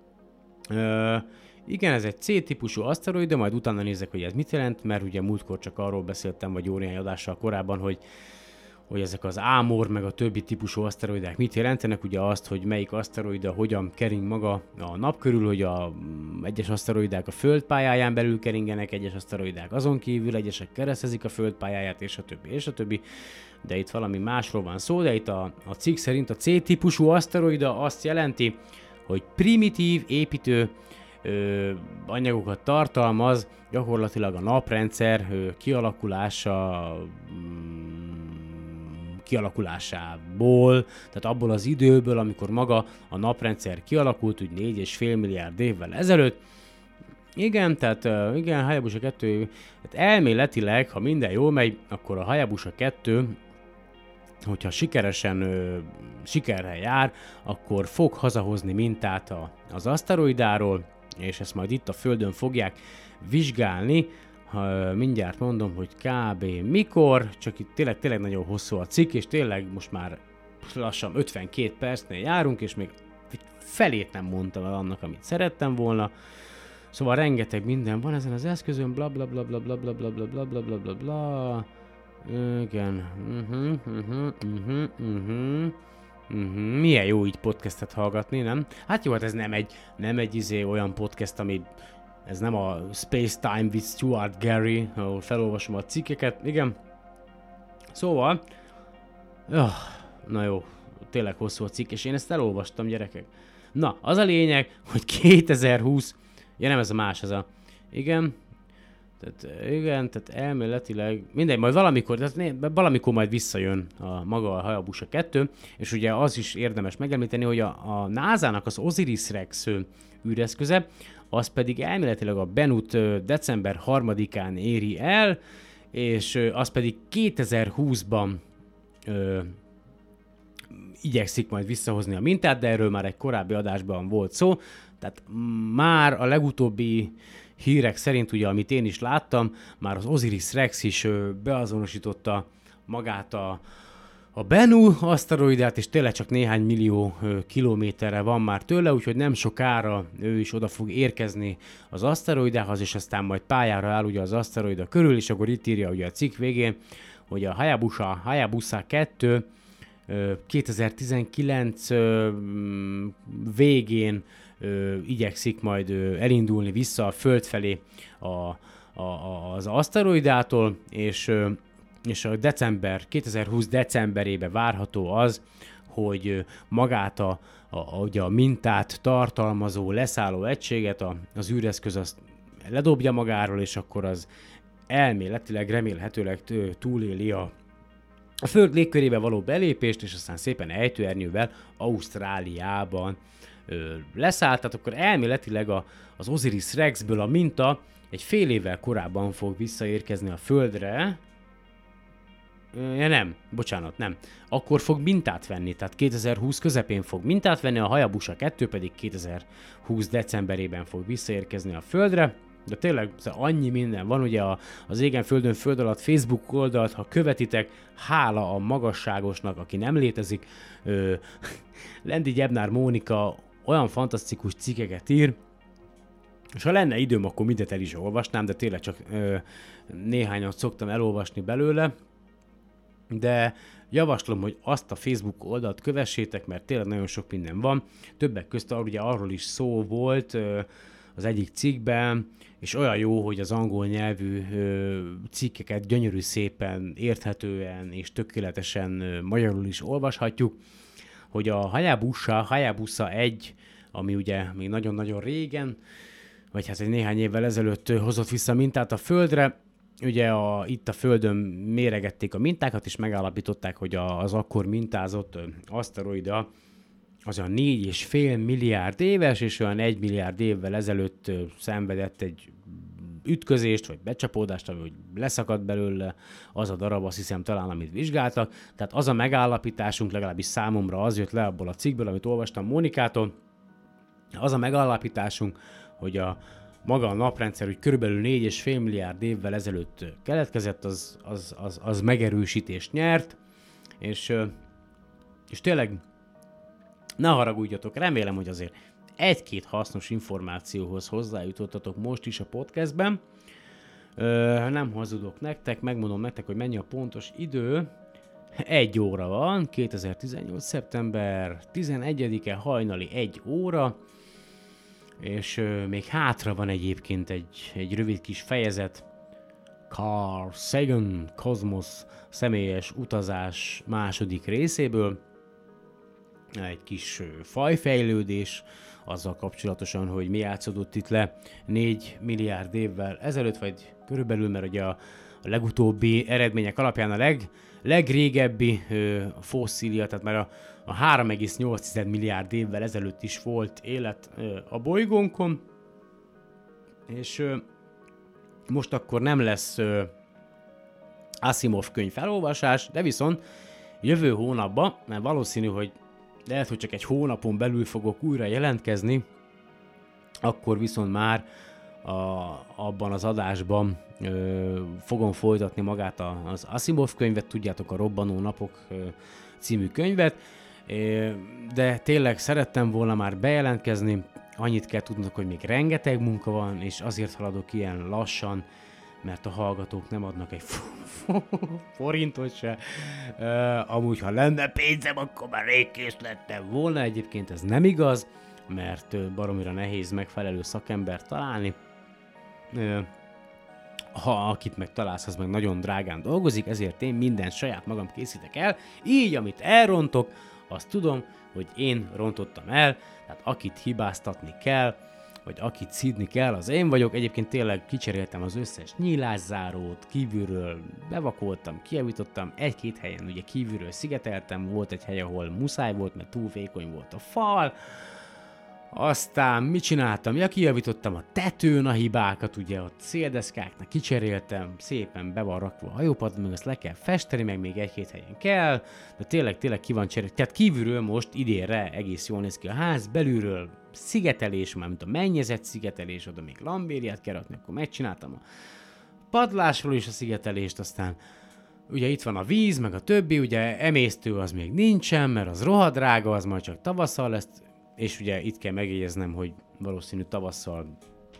Igen, ez egy C-típusú aszteroida, majd utána nézek, hogy ez mit jelent, mert ugye múltkor csak arról beszéltem, vagy jó néhány adással korábban, hogy ezek az Amor, meg a többi típusú aszteroidák mit jelentenek, ugye azt, hogy melyik aszteroida hogyan kering maga a nap körül, hogy egyes aszteroidák a Föld pályáján belül keringenek, egyes aszteroidák azon kívül, egyesek keresztezik a Föld pályáját, és a többi. De itt valami másról van szó, de itt a cikk szerint a C-típusú aszteroida azt jelenti, hogy primitív építő anyagokat tartalmaz, gyakorlatilag a naprendszer kialakulásából, tehát abból az időből, amikor maga a naprendszer kialakult, úgy 4,5 milliárd évvel ezelőtt. Igen, tehát Hayabusa 2, tehát elméletileg, ha minden jól megy, akkor a Hayabusa 2, hogyha sikerrel jár, akkor fog hazahozni mintát az aszteroidáról, és ezt majd itt a Földön fogják vizsgálni. Mindjárt mondom, hogy kb. Mikor, csak itt tényleg nagyon hosszú a cikk, és tényleg most már lassan 52 percnél járunk, és még felét nem mondtam el annak, amit szerettem volna. Szóval rengeteg minden van ezen az eszközön, bla bla bla bla bla bla bla bla bla bla bla bla bla. Igen. Milyen jó így podcastet hallgatni, nem? Hát jó, hát ez nem egy olyan podcast, ami ez nem a Space Time with Stuart Gary, ahol felolvasom a cikkeket, igen. Szóval, na jó, tényleg hosszú a cikk, és én ezt elolvastam, gyerekek. Na, az a lényeg, hogy 2020, ja nem ez a más, ez a, igen, tehát elméletileg, mindegy, majd valamikor majd visszajön maga a Hayabusa 2, és ugye az is érdemes megemlíteni, hogy a NASA-nak az Osiris-Rex űreszköze, az pedig elméletileg a Benut december 3-án éri el, és az pedig 2020-ban igyekszik majd visszahozni a mintát, de erről már egy korábbi adásban volt szó, tehát már a legutóbbi hírek szerint, ugye, amit én is láttam, már az Osiris-Rex is beazonosította magát a Bennu aszteroidát, és tényleg csak néhány millió kilométerre van már tőle, úgyhogy nem sokára ő is oda fog érkezni az aszteroidához, és aztán majd pályára áll ugye az aszteroida körül, és akkor itt írja ugye a cikk végén, hogy a Hayabusa 2 2019 végén igyekszik majd elindulni vissza a Föld felé az aszteroidától, és a 2020 decemberében várható az, hogy magát ugye a mintát tartalmazó leszálló egységet az űreszköz azt ledobja magáról, és akkor az elméletileg, remélhetőleg túléli a Föld légkörébe való belépést, és aztán szépen ejtőernyővel Ausztráliában leszállt. Tehát akkor elméletileg az Osiris Rexből a minta egy fél évvel korábban fog visszaérkezni a Földre. Nem. Akkor fog mintát venni, tehát 2020 közepén fog mintát venni, a Hayabusa 2 pedig 2020 decemberében fog visszaérkezni a Földre. De tényleg annyi minden van, ugye az Égen Földön Föld alatt Facebook oldalt, ha követitek, hála a magasságosnak, aki nem létezik, Lendi Gyebnár Mónika olyan fantasztikus cikkeket ír, és ha lenne időm, akkor mindent el is olvasnám, de tényleg csak néhányat szoktam elolvasni belőle, de javaslom, hogy azt a Facebook oldalt kövessétek, mert tényleg nagyon sok minden van. Többek közt ugye arról is szó volt az egyik cikkben, és olyan jó, hogy az angol nyelvű cikkeket gyönyörű szépen, érthetően és tökéletesen magyarul is olvashatjuk, hogy a Hayabusa 1, ami ugye még nagyon-nagyon régen, vagy hát egy néhány évvel ezelőtt hozott vissza mintát a Földre, ugye itt a Földön méregették a mintákat, és megállapították, hogy az akkor mintázott aszteroida az olyan 4,5 milliárd éves, és olyan 1 milliárd évvel ezelőtt szenvedett egy ütközést, vagy becsapódást, vagy leszakadt belőle az a darab, azt hiszem talán, amit vizsgáltak. Tehát az a megállapításunk, legalábbis számomra az jött le abból a cikkből, amit olvastam Mónikától, az a megállapításunk, hogy maga a naprendszer, hogy körülbelül 4,5 milliárd évvel ezelőtt keletkezett, az megerősítést nyert, és tényleg ne haragudjatok, remélem, hogy azért egy-két hasznos információhoz hozzájutottatok most is a podcastben. Nem hazudok nektek, megmondom nektek, hogy mennyi a pontos idő. 1 óra van, 2018. szeptember 11-e hajnali 1 óra, és még hátra van egyébként egy rövid kis fejezet. Carl Sagan Cosmos személyes utazás második részéből. Egy kis fajfejlődés azzal kapcsolatosan, hogy mi játszódott itt le 4 milliárd évvel ezelőtt, vagy körülbelül, mert ugye a legutóbbi eredmények alapján a legrégebbi fosszília, tehát már a 3,8 milliárd évvel ezelőtt is volt élet a bolygónkon, és most akkor nem lesz Asimov könyv felolvasás, de viszont jövő hónapban, mert valószínű, hogy lehet, hogy csak egy hónapon belül fogok újra jelentkezni, akkor viszont már abban az adásban fogom folytatni magát az Asimov könyvet, tudjátok, a Robbanó napok című könyvet, de tényleg szerettem volna már bejelentkezni, annyit kell tudnod, hogy még rengeteg munka van, és azért haladok ilyen lassan, mert a hallgatók nem adnak egy forintot se. Amúgy, ha lenne pénzem, akkor már rég kész lettem volna. Egyébként ez nem igaz, mert baromira nehéz megfelelő szakembert találni. Ha akit megtalálsz, az meg nagyon drágán dolgozik, ezért én mindent saját magam készítek el. Így, amit elrontok, azt tudom, hogy én rontottam el, tehát akit hibáztatni kell, vagy akit szídni kell, az én vagyok. Egyébként tényleg kicseréltem az összes nyílászárót, kívülről bevakoltam, kijavítottam, egy-két helyen ugye kívülről szigeteltem, volt egy hely, ahol muszáj volt, mert túl vékony volt a fal. Aztán mit csináltam? Ja, kijavítottam a tetőn a hibákat, ugye a széldeszkáknak kicseréltem, szépen be van rakva a hajópad, meg azt le kell festeni, meg még egy-két helyen kell, de tényleg ki van cserélt. Tehát kívülről most idénre egész jól néz ki a ház, belülről szigetelés, mármint a mennyezet szigetelés, oda még lambériát kell rakni, akkor megcsináltam a padlásról is a szigetelést, aztán ugye itt van a víz, meg a többi, ugye emésztő az még nincsen, mert az rohadrága, az majd csak tavasszal lesz, és ugye itt kell megjegyeznem, hogy valószínű tavasszal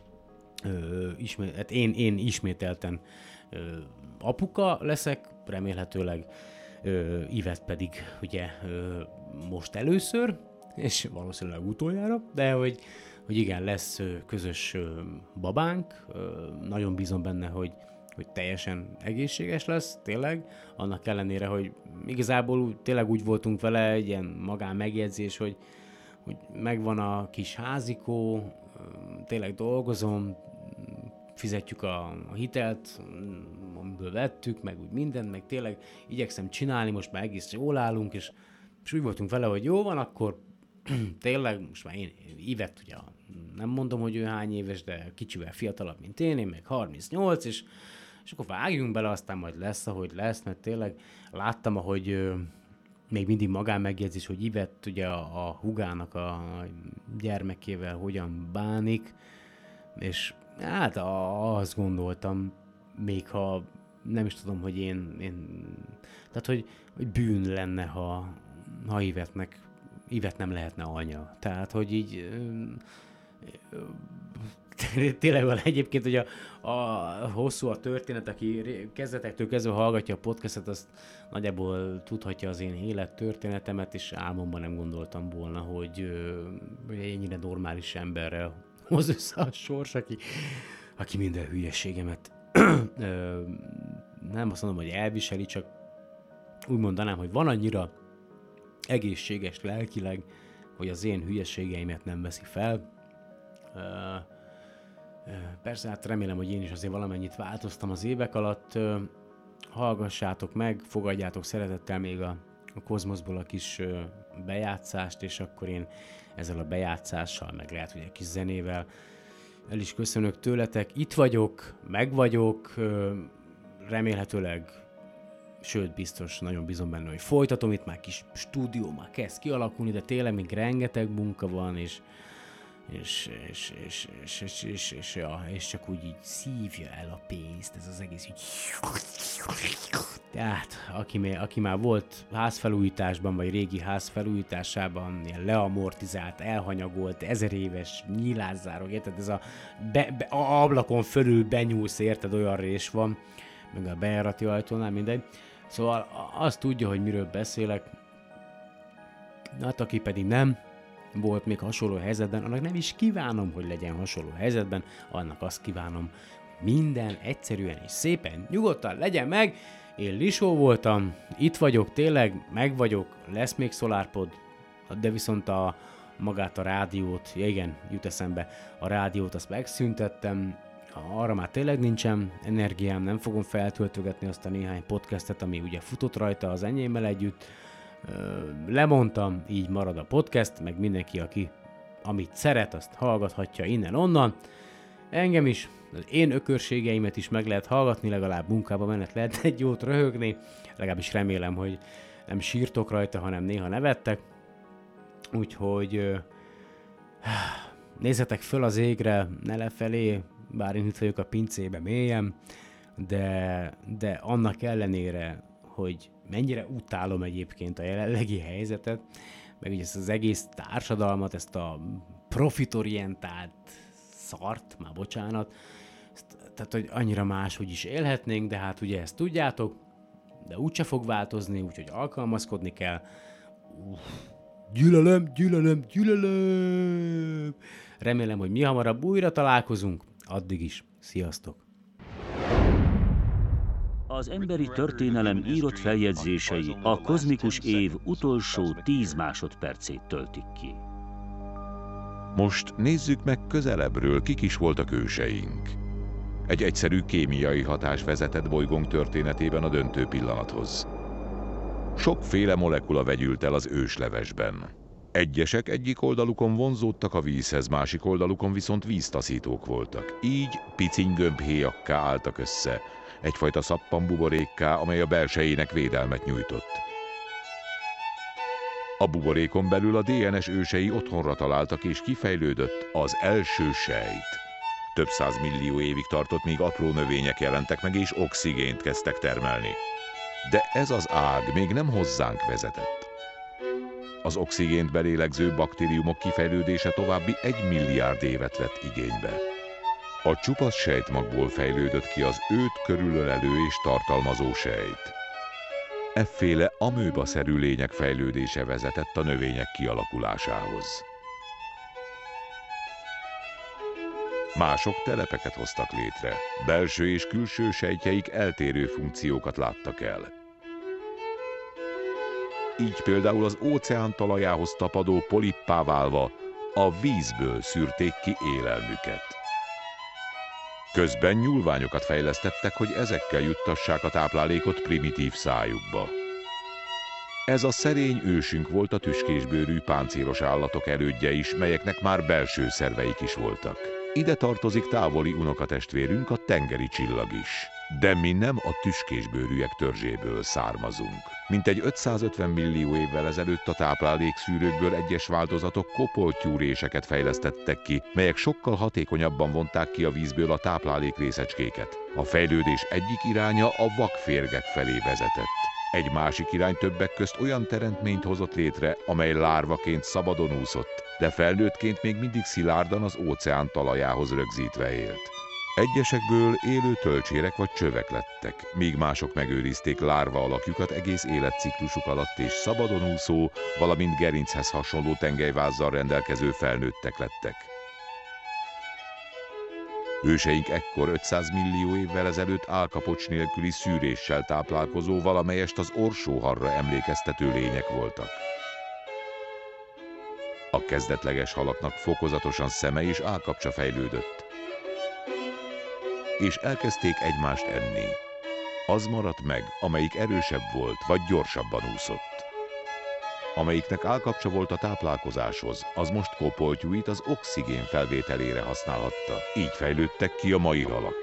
hát én ismételten apuka leszek, remélhetőleg Ivet pedig ugye most először, és valószínűleg utoljára, de hogy igen, lesz közös babánk, nagyon bízom benne, hogy hogy teljesen egészséges lesz, tényleg, annak ellenére, hogy igazából tényleg úgy voltunk vele, egy ilyen magán megjegyzés, hogy megvan a kis házikó, tényleg dolgozom, fizetjük a hitelt, amiből vettük, meg úgy mindent, meg tényleg igyekszem csinálni, most már egész jól állunk, és úgy voltunk vele, hogy jó van, akkor tényleg, most már én Ivett, ugye nem mondom, hogy ő hány éves, de kicsivel fiatalabb, mint én meg 38, és akkor vágjunk bele, aztán majd lesz, ahogy lesz, mert tényleg láttam, ahogy még mindig magán megjegyzés, hogy Ivett ugye a húgának a gyermekével hogyan bánik, és hát azt gondoltam, még ha nem is tudom, hogy én tehát, hogy bűn lenne, ha Ivett nem lehetne anya. Tehát, hogy így tényleg van egyébként, hogy a hosszú a történet, aki kezdetektől kezdve hallgatja a podcastet, azt nagyjából tudhatja az én élettörténetemet, és álmomban nem gondoltam volna, hogy ennyire normális emberrel hoz össze a sors, aki minden hülyeségemet nem azt mondom, hogy elviseli, csak úgy mondanám, hogy van annyira egészséges lelkileg, hogy az én hülyeségeimet nem veszi fel. Persze, hát remélem, hogy én is azért valamennyit változtam az évek alatt. Hallgassátok meg, fogadjátok szeretettel még a Kozmoszból a kis bejátszást, és akkor én ezzel a bejátszással, meg lehet, hogy egy kis zenével el is köszönök tőletek. Itt vagyok, meg vagyok, remélhetőleg, sőt biztos, nagyon bízom benne, hogy folytatom, itt már kis stúdió már kezd kialakulni, de tényleg még rengeteg munka van, és csak úgy így szívja el a pénzt, ez az egész így. Tehát, aki már volt házfelújításban, vagy régi házfelújításában, ilyen leamortizált, elhanyagolt, 1000 éves nyílászárok, érted? Ez a ablakon fölül benyúlsz, érted? Olyan rés van, meg a bejárati ajtónál, mindegy. Szóval azt tudja, hogy miről beszélek. Hát aki pedig nem volt még hasonló helyzetben, annak nem is kívánom, hogy legyen hasonló helyzetben, annak azt kívánom, hogy minden egyszerűen és szépen, nyugodtan legyen meg. Én Lisó voltam, itt vagyok, tényleg, meg vagyok, lesz még SolarPod, de viszont magát a rádiót, ja igen, jut eszembe, a rádiót azt megszüntettem, arra már tényleg nincsen energiám, nem fogom feltöltögetni azt a néhány podcastet, ami ugye futott rajta az enyémmel együtt. Lemondtam, így marad a podcast, meg mindenki, aki amit szeret, azt hallgathatja innen-onnan. Engem is, az én ökörségeimet is meg lehet hallgatni, legalább munkába menet lehet egy jót röhögni, legalábbis remélem, hogy nem sírtok rajta, hanem néha nevettek. Úgyhogy nézzetek föl az égre, ne lefelé, bár én itt vagyok a pincébe mélyen, de annak ellenére, hogy mennyire utálom egyébként a jelenlegi helyzetet, meg ugye ezt az egész társadalmat, ezt a profitorientált szart, már bocsánat, tehát, hogy annyira máshogy is élhetnénk, de hát ugye ezt tudjátok, de úgyse fog változni, úgyhogy alkalmazkodni kell. Gyűlölöm! Remélem, hogy mi hamarabb újra találkozunk, addig is, sziasztok! Az emberi történelem írott feljegyzései a kozmikus év utolsó 10 másodpercét töltik ki. Most nézzük meg közelebbről, kik is voltak őseink. Egy egyszerű kémiai hatás vezetett bolygónk történetében a döntő pillanathoz. Sokféle molekula vegyült el az őslevesben. Egyesek egyik oldalukon vonzódtak a vízhez, másik oldalukon viszont víztaszítók voltak. Így piciny gömbhéjakká álltak össze, egyfajta szappanbuborékká, amely a belsejének védelmet nyújtott. A buborékon belül a DNS ősei otthonra találtak, és kifejlődött az első sejt. Több százmillió évig tartott, míg apró növények jelentek meg, és oxigént kezdtek termelni. De ez az ág még nem hozzánk vezetett. Az oxigént belélegző baktériumok kifejlődése további 1 milliárd évet vett igénybe. A csupasz sejtmagból fejlődött ki az őt körülölelő és tartalmazó sejt. Efféle amöba-szerű lények fejlődése vezetett a növények kialakulásához. Mások telepeket hoztak létre. Belső és külső sejtjeik eltérő funkciókat láttak el. Így például az óceán talajához tapadó polippá válva a vízből szűrték ki élelmüket. Közben nyúlványokat fejlesztettek, hogy ezekkel juttassák a táplálékot primitív szájukba. Ez a szerény ősünk volt a tüskésbőrű páncélos állatok elődje is, melyeknek már belső szerveik is voltak. Ide tartozik távoli unokatestvérünk, a tengeri csillag is. De mi nem a tüskésbőrűek törzséből származunk. Mintegy 550 millió évvel ezelőtt a táplálékszűrőkből egyes változatok kopoltyúréseket fejlesztettek ki, melyek sokkal hatékonyabban vonták ki a vízből a táplálékrészecskéket. A fejlődés egyik iránya a vakférgek felé vezetett. Egy másik irány többek közt olyan teremtményt hozott létre, amely lárvaként szabadon úszott, de felnőttként még mindig szilárdan az óceán talajához rögzítve élt. Egyesekből élő tölcsérek vagy csövek lettek, míg mások megőrizték lárva alakjukat egész életciklusuk alatt, és szabadon úszó, valamint gerinchez hasonló tengelyvázzal rendelkező felnőttek lettek. Őseink ekkor 500 millió évvel ezelőtt állkapocs nélküli szűréssel táplálkozó, valamelyest az orsóharra emlékeztető lények voltak. A kezdetleges halaknak fokozatosan szeme és állkapcsa fejlődött, és elkezdték egymást enni. Az maradt meg, amelyik erősebb volt, vagy gyorsabban úszott. Amelyiknek állkapcsa volt a táplálkozáshoz, az most kopoltyúit az oxigén felvételére használhatta. Így fejlődtek ki a mai halak.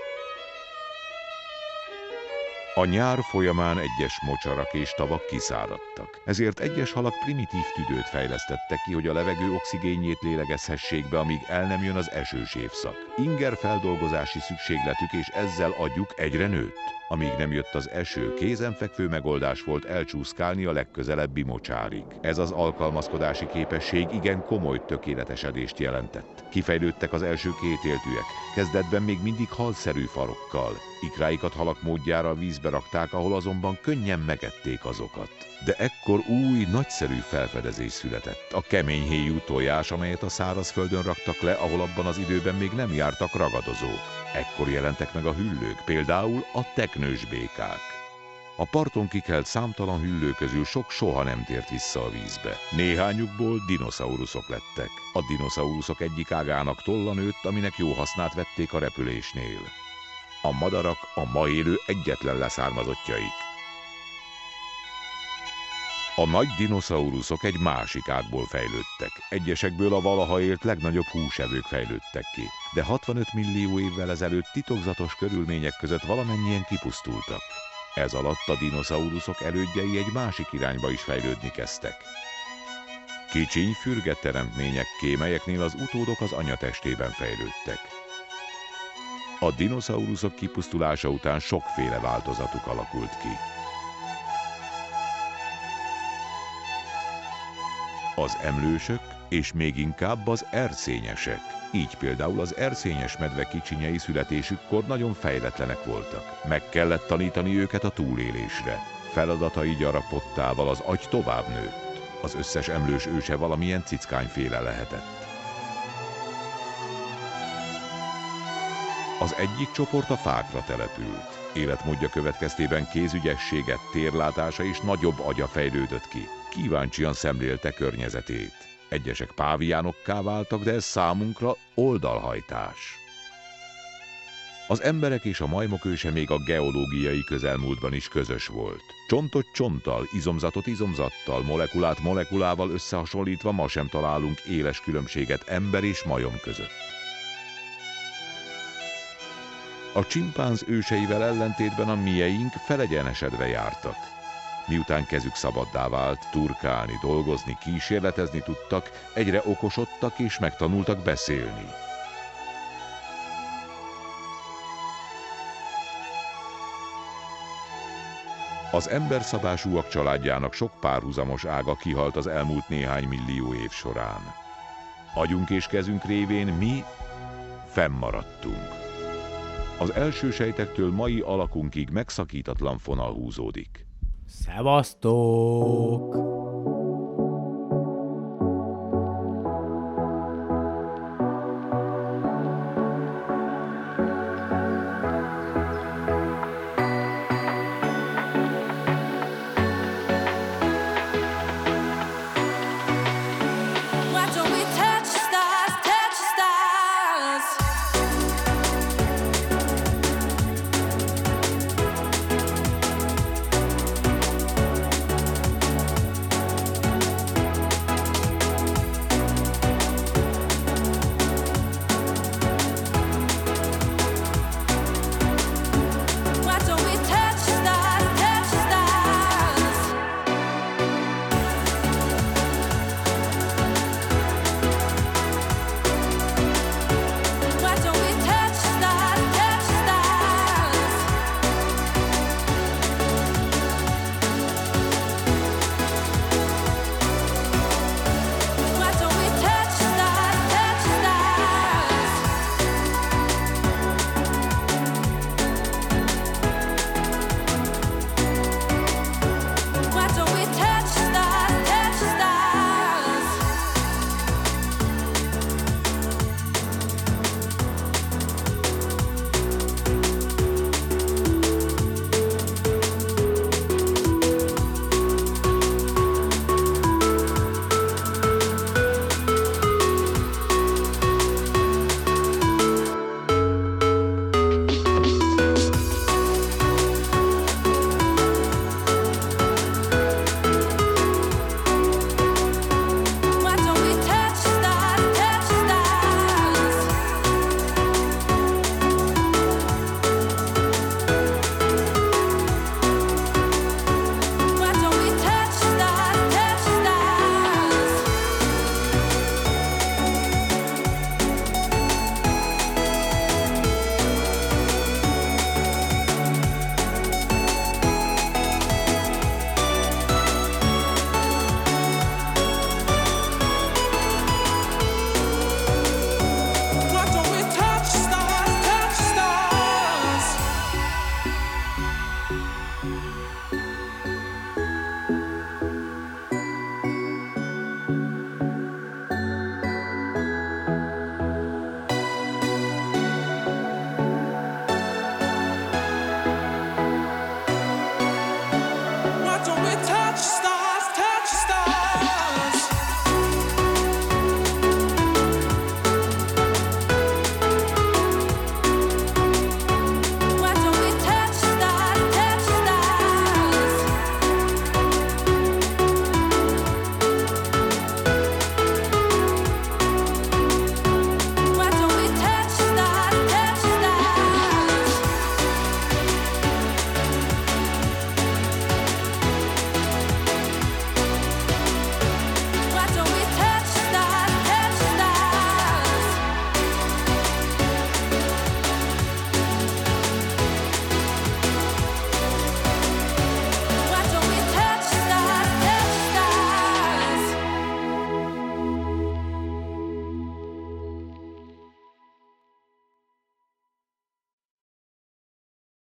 A nyár folyamán egyes mocsarak és tavak kiszáradtak. Ezért egyes halak primitív tüdőt fejlesztettek ki, hogy a levegő oxigénjét lélegezhessék be, amíg el nem jön az esős évszak. Inger feldolgozási szükségletük és ezzel agyuk egyre nőtt. Amíg nem jött az eső, kézenfekvő megoldás volt elcsúszkálni a legközelebbi mocsárig. Ez az alkalmazkodási képesség igen komoly tökéletesedést jelentett. Kifejlődtek az első kétéltűek, kezdetben még mindig halszerű farokkal. Ikráikat halak módjára a vízbe rakták, ahol azonban könnyen megették azokat. De ekkor új, nagyszerű felfedezés született. A kemény héjú tojás, amelyet a szárazföldön raktak le, ahol abban az időben még nem jártak ragadozók. Ekkor jelentek meg a hüllők, például a teknős békák. A parton kikelt számtalan hüllő közül sok soha nem tért vissza a vízbe. Néhányukból dinoszauruszok lettek. A dinoszauruszok egyik ágának tolla nőtt, aminek jó hasznát vették a repülésnél. A madarak a ma élő egyetlen leszármazottjaik. A nagy dinoszauruszok egy másik ágból fejlődtek. Egyesekből a valaha élt legnagyobb húsevők fejlődtek ki. De 65 millió évvel ezelőtt titokzatos körülmények között valamennyien kipusztultak. Ez alatt a dinoszauruszok elődjei egy másik irányba is fejlődni kezdtek. Kicsiny, fürge teremtményekké, melyeknél az utódok az anyatestében fejlődtek. A dinoszauruszok kipusztulása után sokféle változatuk alakult ki. Az emlősök, és még inkább az erszényesek. Így például az erszényes medve kicsinyei születésükkor nagyon fejletlenek voltak. Meg kellett tanítani őket a túlélésre. Feladatai gyarapottával az agy tovább nőtt. Az összes emlős őse valamilyen cickányféle lehetett. Az egyik csoport a fákra települt. Életmódja következtében kézügyességet, térlátása és nagyobb agya fejlődött ki. Kíváncsian szemlélte környezetét. Egyesek páviánokká váltak, de ez számunkra oldalhajtás. Az emberek és a majmok őse még a geológiai közelmúltban is közös volt. Csontot csonttal, izomzatot izomzattal, molekulát molekulával összehasonlítva ma sem találunk éles különbséget ember és majom között. A csimpánz őseivel ellentétben a mieink felegyenesedve jártak. Miután kezük szabaddá vált, turkálni, dolgozni, kísérletezni tudtak, egyre okosodtak és megtanultak beszélni. Az emberszabásúak családjának sok párhuzamos ága kihalt az elmúlt néhány millió év során. Agyunk és kezünk révén mi fennmaradtunk. Az első sejtektől mai alakunkig megszakítatlan fonal húzódik. Szevasztok!